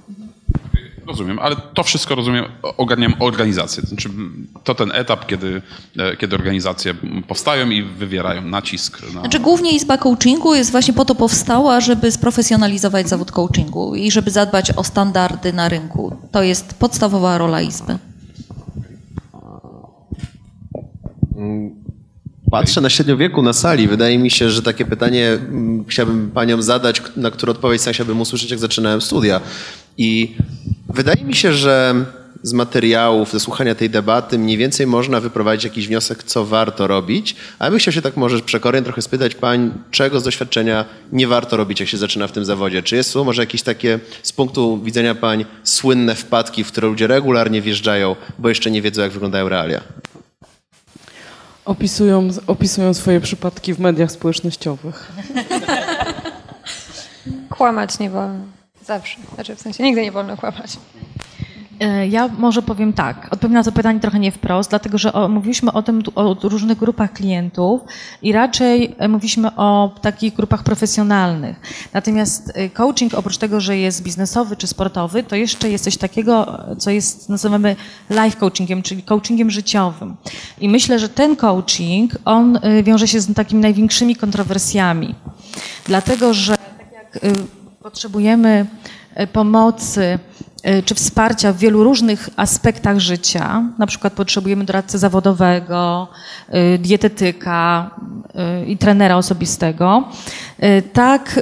Rozumiem, ale to wszystko, rozumiem, ogarniam organizację. To znaczy, to ten etap, kiedy, kiedy organizacje powstają i wywierają nacisk na... Znaczy głównie Izba Coachingu jest właśnie po to powstała, żeby sprofesjonalizować zawód coachingu i żeby zadbać o standardy na rynku. To jest podstawowa rola Izby. Patrzę na średniowieku na sali. Wydaje mi się, że takie pytanie mm, chciałbym paniom zadać, na które odpowiedź sam chciałbym usłyszeć, jak zaczynałem studia. I wydaje mi się, że z materiałów, ze słuchania tej debaty mniej więcej można wyprowadzić jakiś wniosek, co warto robić. A ja bym chciał się tak może przekornie trochę spytać pań, czego z doświadczenia nie warto robić, jak się zaczyna w tym zawodzie. Czy jest, są może jakieś takie z punktu widzenia pań słynne wpadki, w które ludzie regularnie wjeżdżają, bo jeszcze nie wiedzą, jak wyglądają realia? Opisują, opisują swoje przypadki w mediach społecznościowych. Kłamać nie wolno. Zawsze. Znaczy w sensie nigdy nie wolno kłamać. Ja może powiem tak, odpowiem na to pytanie trochę nie wprost, dlatego że o, mówiliśmy o tym, o różnych grupach klientów i raczej mówiliśmy o takich grupach profesjonalnych. Natomiast coaching, oprócz tego, że jest biznesowy czy sportowy, to jeszcze jest coś takiego, co jest, nazywamy life coachingiem, czyli coachingiem życiowym. I myślę, że ten coaching, on wiąże się z takimi największymi kontrowersjami. Dlatego, że tak jak potrzebujemy pomocy czy wsparcia w wielu różnych aspektach życia, na przykład potrzebujemy doradcy zawodowego, dietetyka i trenera osobistego, tak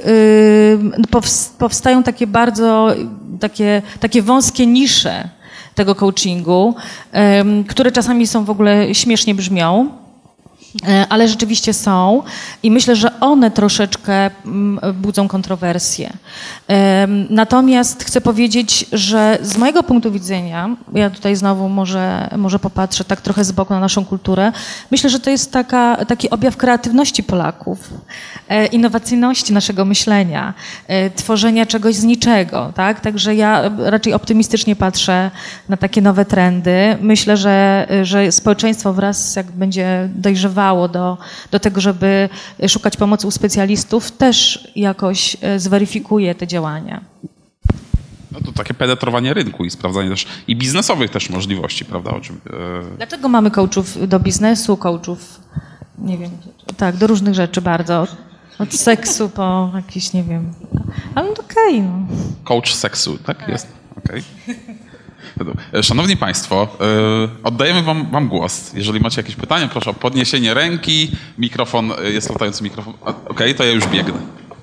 powstają takie bardzo, takie, takie wąskie nisze tego coachingu, które czasami są w ogóle śmiesznie brzmią, ale rzeczywiście są i myślę, że one troszeczkę budzą kontrowersje. Natomiast chcę powiedzieć, że z mojego punktu widzenia, ja tutaj znowu może, może popatrzę tak trochę z boku na naszą kulturę, myślę, że to jest taka, taki objaw kreatywności Polaków, innowacyjności naszego myślenia, tworzenia czegoś z niczego, tak? Także ja raczej optymistycznie patrzę na takie nowe trendy. Myślę, że, że społeczeństwo wraz jak będzie dojrzewało Do, do tego, żeby szukać pomocy u specjalistów, też jakoś zweryfikuje te działania. No to takie penetrowanie rynku i sprawdzanie też i biznesowych też możliwości, prawda? O czym, e... Dlaczego mamy coachów do biznesu, coachów, nie wiem, tak, do różnych rzeczy bardzo. Od seksu po jakiś, nie wiem, ale okej. Okay, no. Coach seksu, tak? Jest? Okej. Okay. Szanowni Państwo, oddajemy wam, wam głos. Jeżeli macie jakieś pytania, proszę o podniesienie ręki. Mikrofon, jest latający mikrofon. Okej, okay, to ja już biegnę.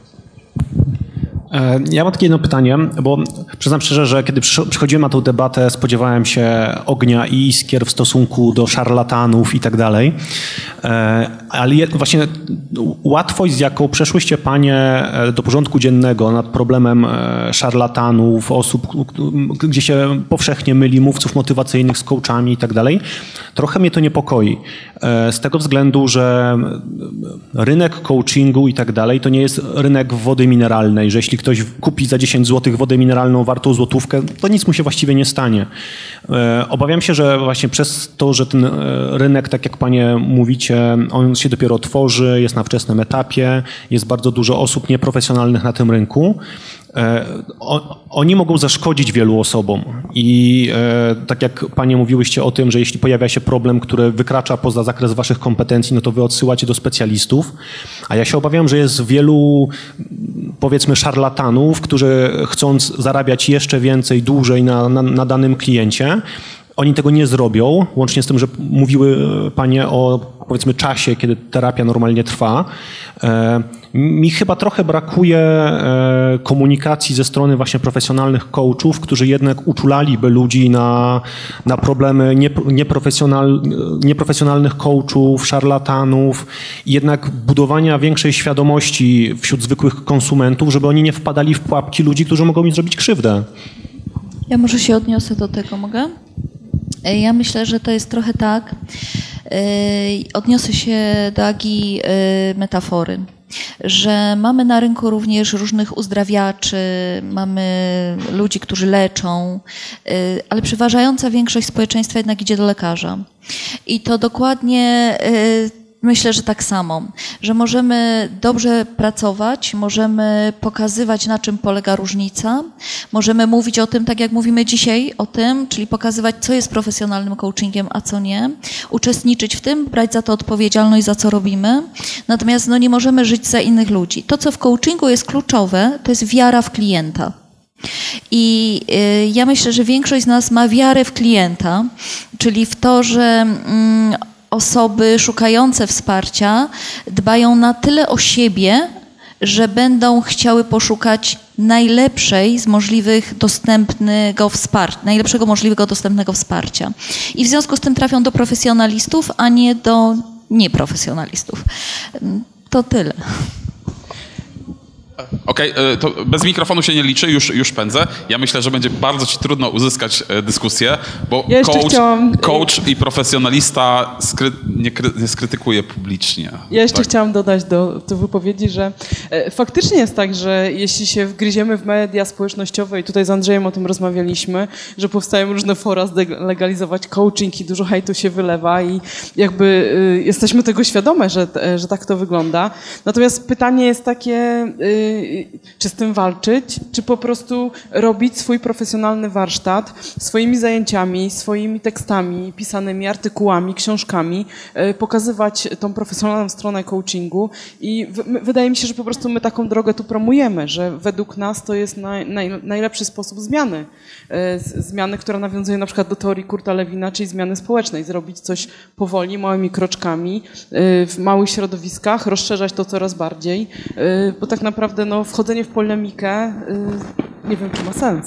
Ja mam takie jedno pytanie, bo przyznam szczerze, że kiedy przychodziłem na tę debatę, spodziewałem się ognia i iskier w stosunku do szarlatanów i tak dalej, Ale je, właśnie łatwość, z jaką przeszłyście panie do porządku dziennego nad problemem szarlatanów, osób, gdzie się powszechnie myli, mówców motywacyjnych z coachami i tak dalej, trochę mnie to niepokoi. Z tego względu, że rynek coachingu i tak dalej to nie jest rynek wody mineralnej, że jeśli ktoś kupi za dziesięć złotych wodę mineralną wartą złotówkę, to nic mu się właściwie nie stanie. Obawiam się, że właśnie przez to, że ten rynek, tak jak panie mówicie, on się dopiero tworzy, jest na wczesnym etapie, jest bardzo dużo osób nieprofesjonalnych na tym rynku, O, oni mogą zaszkodzić wielu osobom i e, tak jak panie mówiłyście o tym, że jeśli pojawia się problem, który wykracza poza zakres waszych kompetencji, no to wy odsyłacie do specjalistów, a ja się obawiam, że jest wielu, powiedzmy, szarlatanów, którzy chcąc zarabiać jeszcze więcej, dłużej na, na, na danym kliencie, oni tego nie zrobią, łącznie z tym, że mówiły panie o, powiedzmy, czasie, kiedy terapia normalnie trwa. Mi chyba trochę brakuje komunikacji ze strony właśnie profesjonalnych coachów, którzy jednak uczulaliby ludzi na, na problemy nieprofesjonal, nieprofesjonalnych coachów, szarlatanów i jednak budowania większej świadomości wśród zwykłych konsumentów, żeby oni nie wpadali w pułapki ludzi, którzy mogą mi zrobić krzywdę. Ja może się odniosę do tego, mogę? Ja myślę, że to jest trochę tak, odniosę się do Agi metafory, że mamy na rynku również różnych uzdrawiaczy, mamy ludzi, którzy leczą, ale przeważająca większość społeczeństwa jednak idzie do lekarza. I to dokładnie myślę, że tak samo, że możemy dobrze pracować, możemy pokazywać, na czym polega różnica, możemy mówić o tym, tak jak mówimy dzisiaj o tym, czyli pokazywać, co jest profesjonalnym coachingiem, a co nie, uczestniczyć w tym, brać za to odpowiedzialność, za co robimy, natomiast no, nie możemy żyć za innych ludzi. To, co w coachingu jest kluczowe, to jest wiara w klienta. I y, ja myślę, że większość z nas ma wiarę w klienta, czyli w to, że mm, osoby szukające wsparcia dbają na tyle o siebie, że będą chciały poszukać najlepszej z możliwych dostępnego wsparcia, najlepszego możliwego dostępnego wsparcia. I w związku z tym trafią do profesjonalistów, a nie do nieprofesjonalistów. To tyle. Okej, okay, to bez mikrofonu się nie liczy, już, już pędzę. Ja myślę, że będzie bardzo ci trudno uzyskać dyskusję, bo ja coach, chciałam... coach i profesjonalista skry, nie, kry, nie skrytykuje publicznie. Ja jeszcze tak. chciałam dodać do, do wypowiedzi, że e, faktycznie jest tak, że jeśli się wgryziemy w media społecznościowe i tutaj z Andrzejem o tym rozmawialiśmy, że powstają różne fora zlegalizować coaching i dużo hejtu się wylewa i jakby y, jesteśmy tego świadome, że, że tak to wygląda. Natomiast pytanie jest takie... Y, czy z tym walczyć, czy po prostu robić swój profesjonalny warsztat swoimi zajęciami, swoimi tekstami, pisanymi artykułami, książkami, pokazywać tą profesjonalną stronę coachingu i w, wydaje mi się, że po prostu my taką drogę tu promujemy, że według nas to jest naj, naj, najlepszy sposób zmiany. Zmiany, która nawiązuje na przykład do teorii Kurta Lewina, czyli zmiany społecznej. Zrobić coś powoli, małymi kroczkami, w małych środowiskach, rozszerzać to coraz bardziej, bo tak naprawdę no, wchodzenie w polemikę nie wiem, czy ma sens.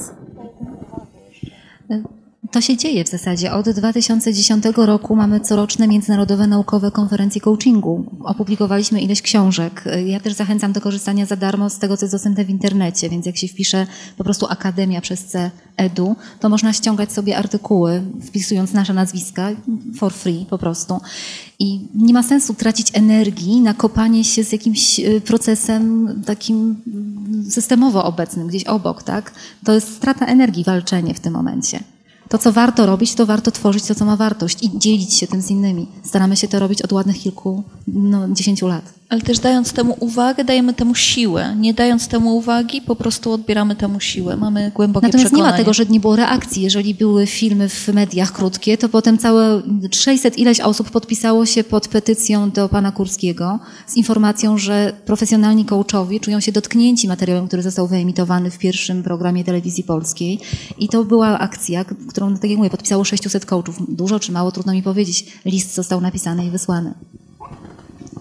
To się dzieje w zasadzie. Od dwa tysiące dziesiątego roku mamy coroczne międzynarodowe naukowe konferencje coachingu. Opublikowaliśmy ileś książek. Ja też zachęcam do korzystania za darmo z tego, co jest dostępne w internecie, więc jak się wpisze po prostu Akademia przez C Edu, to można ściągać sobie artykuły, wpisując nasze nazwiska for free po prostu. I nie ma sensu tracić energii na kopanie się z jakimś procesem takim systemowo obecnym, gdzieś obok, tak? To jest strata energii, walczenie w tym momencie. To, co warto robić, to warto tworzyć to, co ma wartość i dzielić się tym z innymi. Staramy się to robić od ładnych kilku, no, dziesięciu lat. Ale też dając temu uwagę, dajemy temu siłę. Nie dając temu uwagi, po prostu odbieramy temu siłę. Mamy głębokie Natomiast przekonanie. nie ma tego, że nie było reakcji. Jeżeli były filmy w mediach krótkie, to potem całe sześćset ileś osób podpisało się pod petycją do pana Kurskiego z informacją, że profesjonalni coachowie czują się dotknięci materiałem, który został wyemitowany w pierwszym programie telewizji polskiej. I to była akcja, którą, tak jak mówię, podpisało sześciuset coachów. Dużo czy mało, trudno mi powiedzieć. List został napisany i wysłany.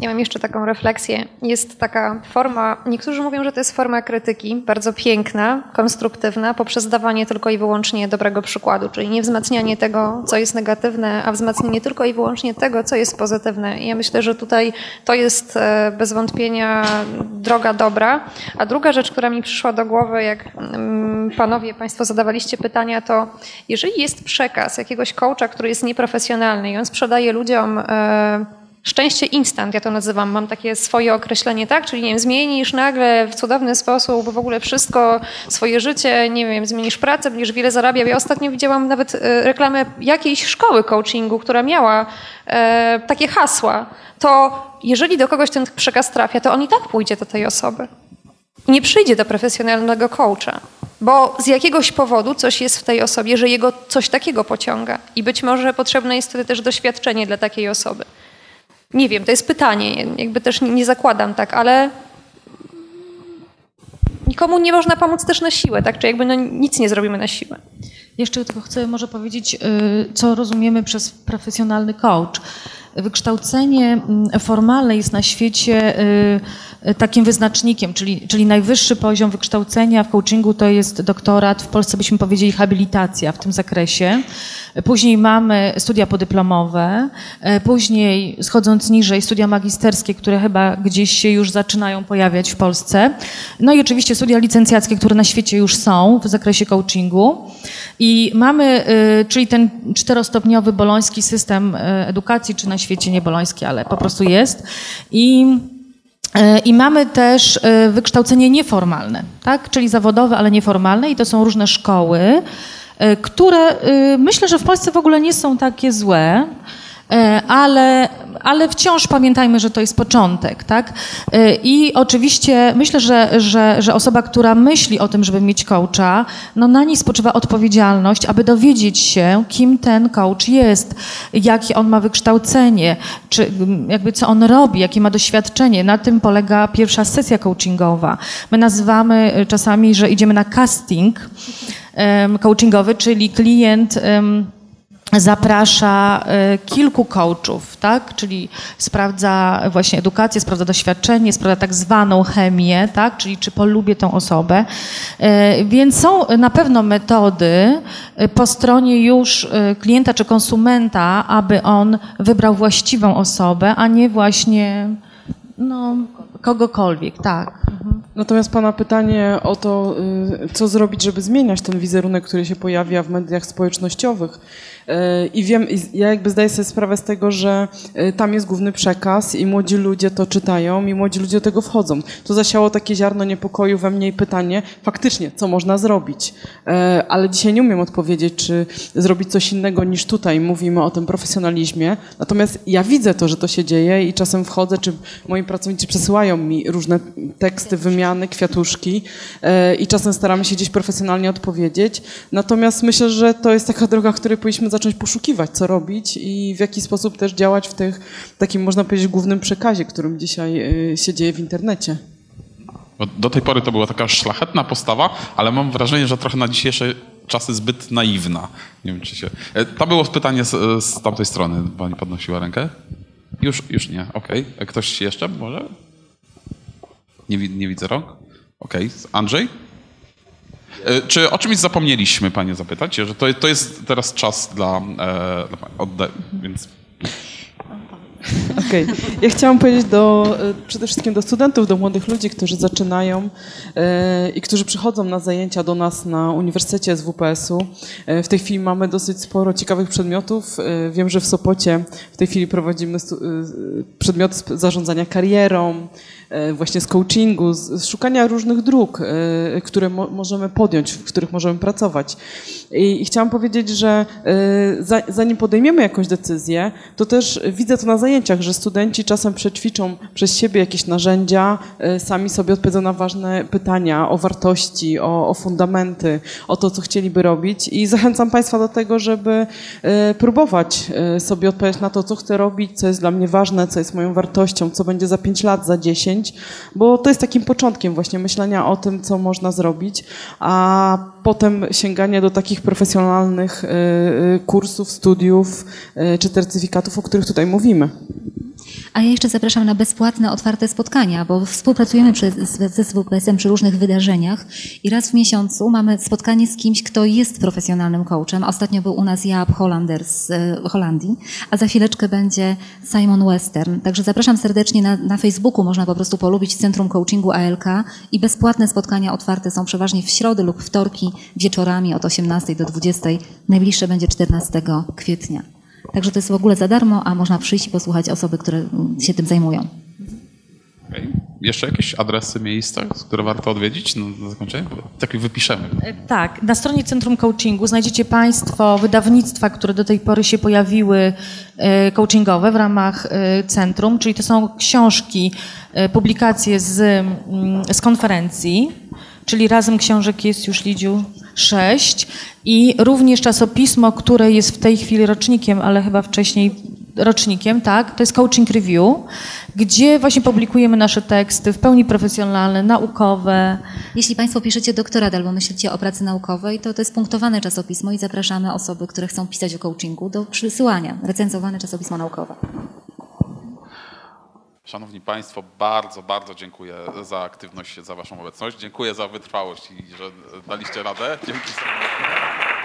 Ja mam jeszcze taką refleksję. Jest taka forma, niektórzy mówią, że to jest forma krytyki, bardzo piękna, konstruktywna, poprzez dawanie tylko i wyłącznie dobrego przykładu, czyli nie wzmacnianie tego, co jest negatywne, a wzmacnianie tylko i wyłącznie tego, co jest pozytywne. I ja myślę, że tutaj to jest bez wątpienia droga dobra. A druga rzecz, która mi przyszła do głowy, jak panowie, państwo zadawaliście pytania, to jeżeli jest przekaz jakiegoś coacha, który jest nieprofesjonalny i on sprzedaje ludziom szczęście instant, ja to nazywam, mam takie swoje określenie, tak? Czyli nie wiem, zmienisz nagle w cudowny sposób w ogóle wszystko, swoje życie, nie wiem, zmienisz pracę, będziesz wiele zarabiał. Ja ostatnio widziałam nawet reklamę jakiejś szkoły coachingu, która miała e, takie hasła. To jeżeli do kogoś ten przekaz trafia, to on i tak pójdzie do tej osoby. I nie przyjdzie do profesjonalnego coacha, bo z jakiegoś powodu coś jest w tej osobie, że jego coś takiego pociąga. I być może potrzebne jest wtedy też doświadczenie dla takiej osoby. Nie wiem, to jest pytanie, jakby też nie zakładam tak, ale nikomu nie można pomóc też na siłę, tak? Czy jakby no nic nie zrobimy na siłę. Jeszcze tylko chcę może powiedzieć, co rozumiemy przez profesjonalny coach. Wykształcenie formalne jest na świecie takim wyznacznikiem, czyli, czyli najwyższy poziom wykształcenia w coachingu to jest doktorat, w Polsce byśmy powiedzieli habilitacja w tym zakresie. Później mamy studia podyplomowe, później schodząc niżej studia magisterskie, które chyba gdzieś się już zaczynają pojawiać w Polsce. No i oczywiście studia licencjackie, które na świecie już są w zakresie coachingu. I mamy, czyli ten czterostopniowy boloński system edukacji, czy na świecie nie boloński, ale po prostu jest. I I mamy też wykształcenie nieformalne, tak? Czyli zawodowe, ale nieformalne i to są różne szkoły, które myślę, że w Polsce w ogóle nie są takie złe, ale, ale wciąż pamiętajmy, że to jest początek, tak? I oczywiście myślę, że, że, że osoba, która myśli o tym, żeby mieć coacha, no na niej spoczywa odpowiedzialność, aby dowiedzieć się, kim ten coach jest, jakie on ma wykształcenie, czy jakby co on robi, jakie ma doświadczenie. Na tym polega pierwsza sesja coachingowa. My nazywamy czasami, że idziemy na casting um, coachingowy, czyli klient um, zaprasza kilku coachów, tak? Czyli sprawdza właśnie edukację, sprawdza doświadczenie, sprawdza tak zwaną chemię, tak? Czyli czy polubię tą osobę. Więc są na pewno metody po stronie już klienta czy konsumenta, aby on wybrał właściwą osobę, a nie właśnie no, kogokolwiek, tak. Mhm. Natomiast pana pytanie o to, co zrobić, żeby zmieniać ten wizerunek, który się pojawia w mediach społecznościowych. I wiem, ja jakby zdaję sobie sprawę z tego, że tam jest główny przekaz i młodzi ludzie to czytają i młodzi ludzie do tego wchodzą. To zasiało takie ziarno niepokoju we mnie i pytanie, faktycznie, co można zrobić? Ale dzisiaj nie umiem odpowiedzieć, czy zrobić coś innego niż tutaj. Mówimy o tym profesjonalizmie. Natomiast ja widzę to, że to się dzieje i czasem wchodzę, czy moi pracownicy przesyłają mi różne teksty, wymiany, kwiatuszki i czasem staramy się gdzieś profesjonalnie odpowiedzieć. Natomiast myślę, że to jest taka droga, w której powinniśmy zacząć poszukiwać, co robić i w jaki sposób też działać w tych, takim można powiedzieć, głównym przekazie, którym dzisiaj się dzieje w internecie. Do tej pory to była taka szlachetna postawa, ale mam wrażenie, że trochę na dzisiejsze czasy zbyt naiwna. Nie wiem, czy się... To było pytanie z, z tamtej strony. Pani podnosiła rękę? Już, już nie. Okej. Okay. Ktoś jeszcze może? Nie, nie widzę rąk? Okej. Okay. Andrzej? Czy o czymś zapomnieliśmy, panie, zapytać? Że to, to jest teraz czas dla, e, dla pani. Odda- więc... Okej. Okay. Ja chciałam powiedzieć do, przede wszystkim do studentów, do młodych ludzi, którzy zaczynają e, i którzy przychodzą na zajęcia do nas na Uniwersytecie S W P S-u. E, w tej chwili mamy dosyć sporo ciekawych przedmiotów. E, wiem, że w Sopocie w tej chwili prowadzimy stu, e, przedmioty z zarządzania karierą, e, właśnie z coachingu, z, z szukania różnych dróg, e, które mo- możemy podjąć, w których możemy pracować. I, i chciałam powiedzieć, że e, za, zanim podejmiemy jakąś decyzję, to też widzę to na zajęciach, że studenci czasem przećwiczą przez siebie jakieś narzędzia, sami sobie odpowiedzą na ważne pytania o wartości, o, o fundamenty, o to, co chcieliby robić i zachęcam państwa do tego, żeby próbować sobie odpowiedzieć na to, co chcę robić, co jest dla mnie ważne, co jest moją wartością, co będzie za pięć lat, za dziesięć, bo to jest takim początkiem właśnie myślenia o tym, co można zrobić, a potem sięganie do takich profesjonalnych kursów, studiów czy certyfikatów, o których tutaj mówimy. A ja jeszcze zapraszam na bezpłatne, otwarte spotkania, bo współpracujemy przy, ze Z W P S-em przy różnych wydarzeniach i raz w miesiącu mamy spotkanie z kimś, kto jest profesjonalnym coachem. Ostatnio był u nas Jaap Hollander z Holandii, a za chwileczkę będzie Simon Western. Także zapraszam serdecznie na, na Facebooku, można po prostu polubić Centrum Coachingu A L K i bezpłatne spotkania otwarte są przeważnie w środę lub wtorki wieczorami od osiemnastej do dwudziestej. Najbliższe będzie czternastego kwietnia. Także to jest w ogóle za darmo, a można przyjść i posłuchać osoby, które się tym zajmują. Okay. Jeszcze jakieś adresy, miejsca, które warto odwiedzić na zakończenie? Tak wypiszemy. Tak, na stronie Centrum Coachingu znajdziecie Państwo wydawnictwa, które do tej pory się pojawiły coachingowe w ramach centrum, czyli to są książki, publikacje z, z konferencji, czyli razem książek jest już, Lidziu, sześć i również czasopismo, które jest w tej chwili rocznikiem, ale chyba wcześniej rocznikiem, tak, to jest Coaching Review, gdzie właśnie publikujemy nasze teksty w pełni profesjonalne, naukowe. Jeśli Państwo piszecie doktorat albo myślicie o pracy naukowej, to to jest punktowane czasopismo i zapraszamy osoby, które chcą pisać o coachingu do przysyłania. Recenzowane czasopismo naukowe. Szanowni Państwo, bardzo, bardzo dziękuję za aktywność, za Waszą obecność. Dziękuję za wytrwałość i że daliście radę. Dzięki.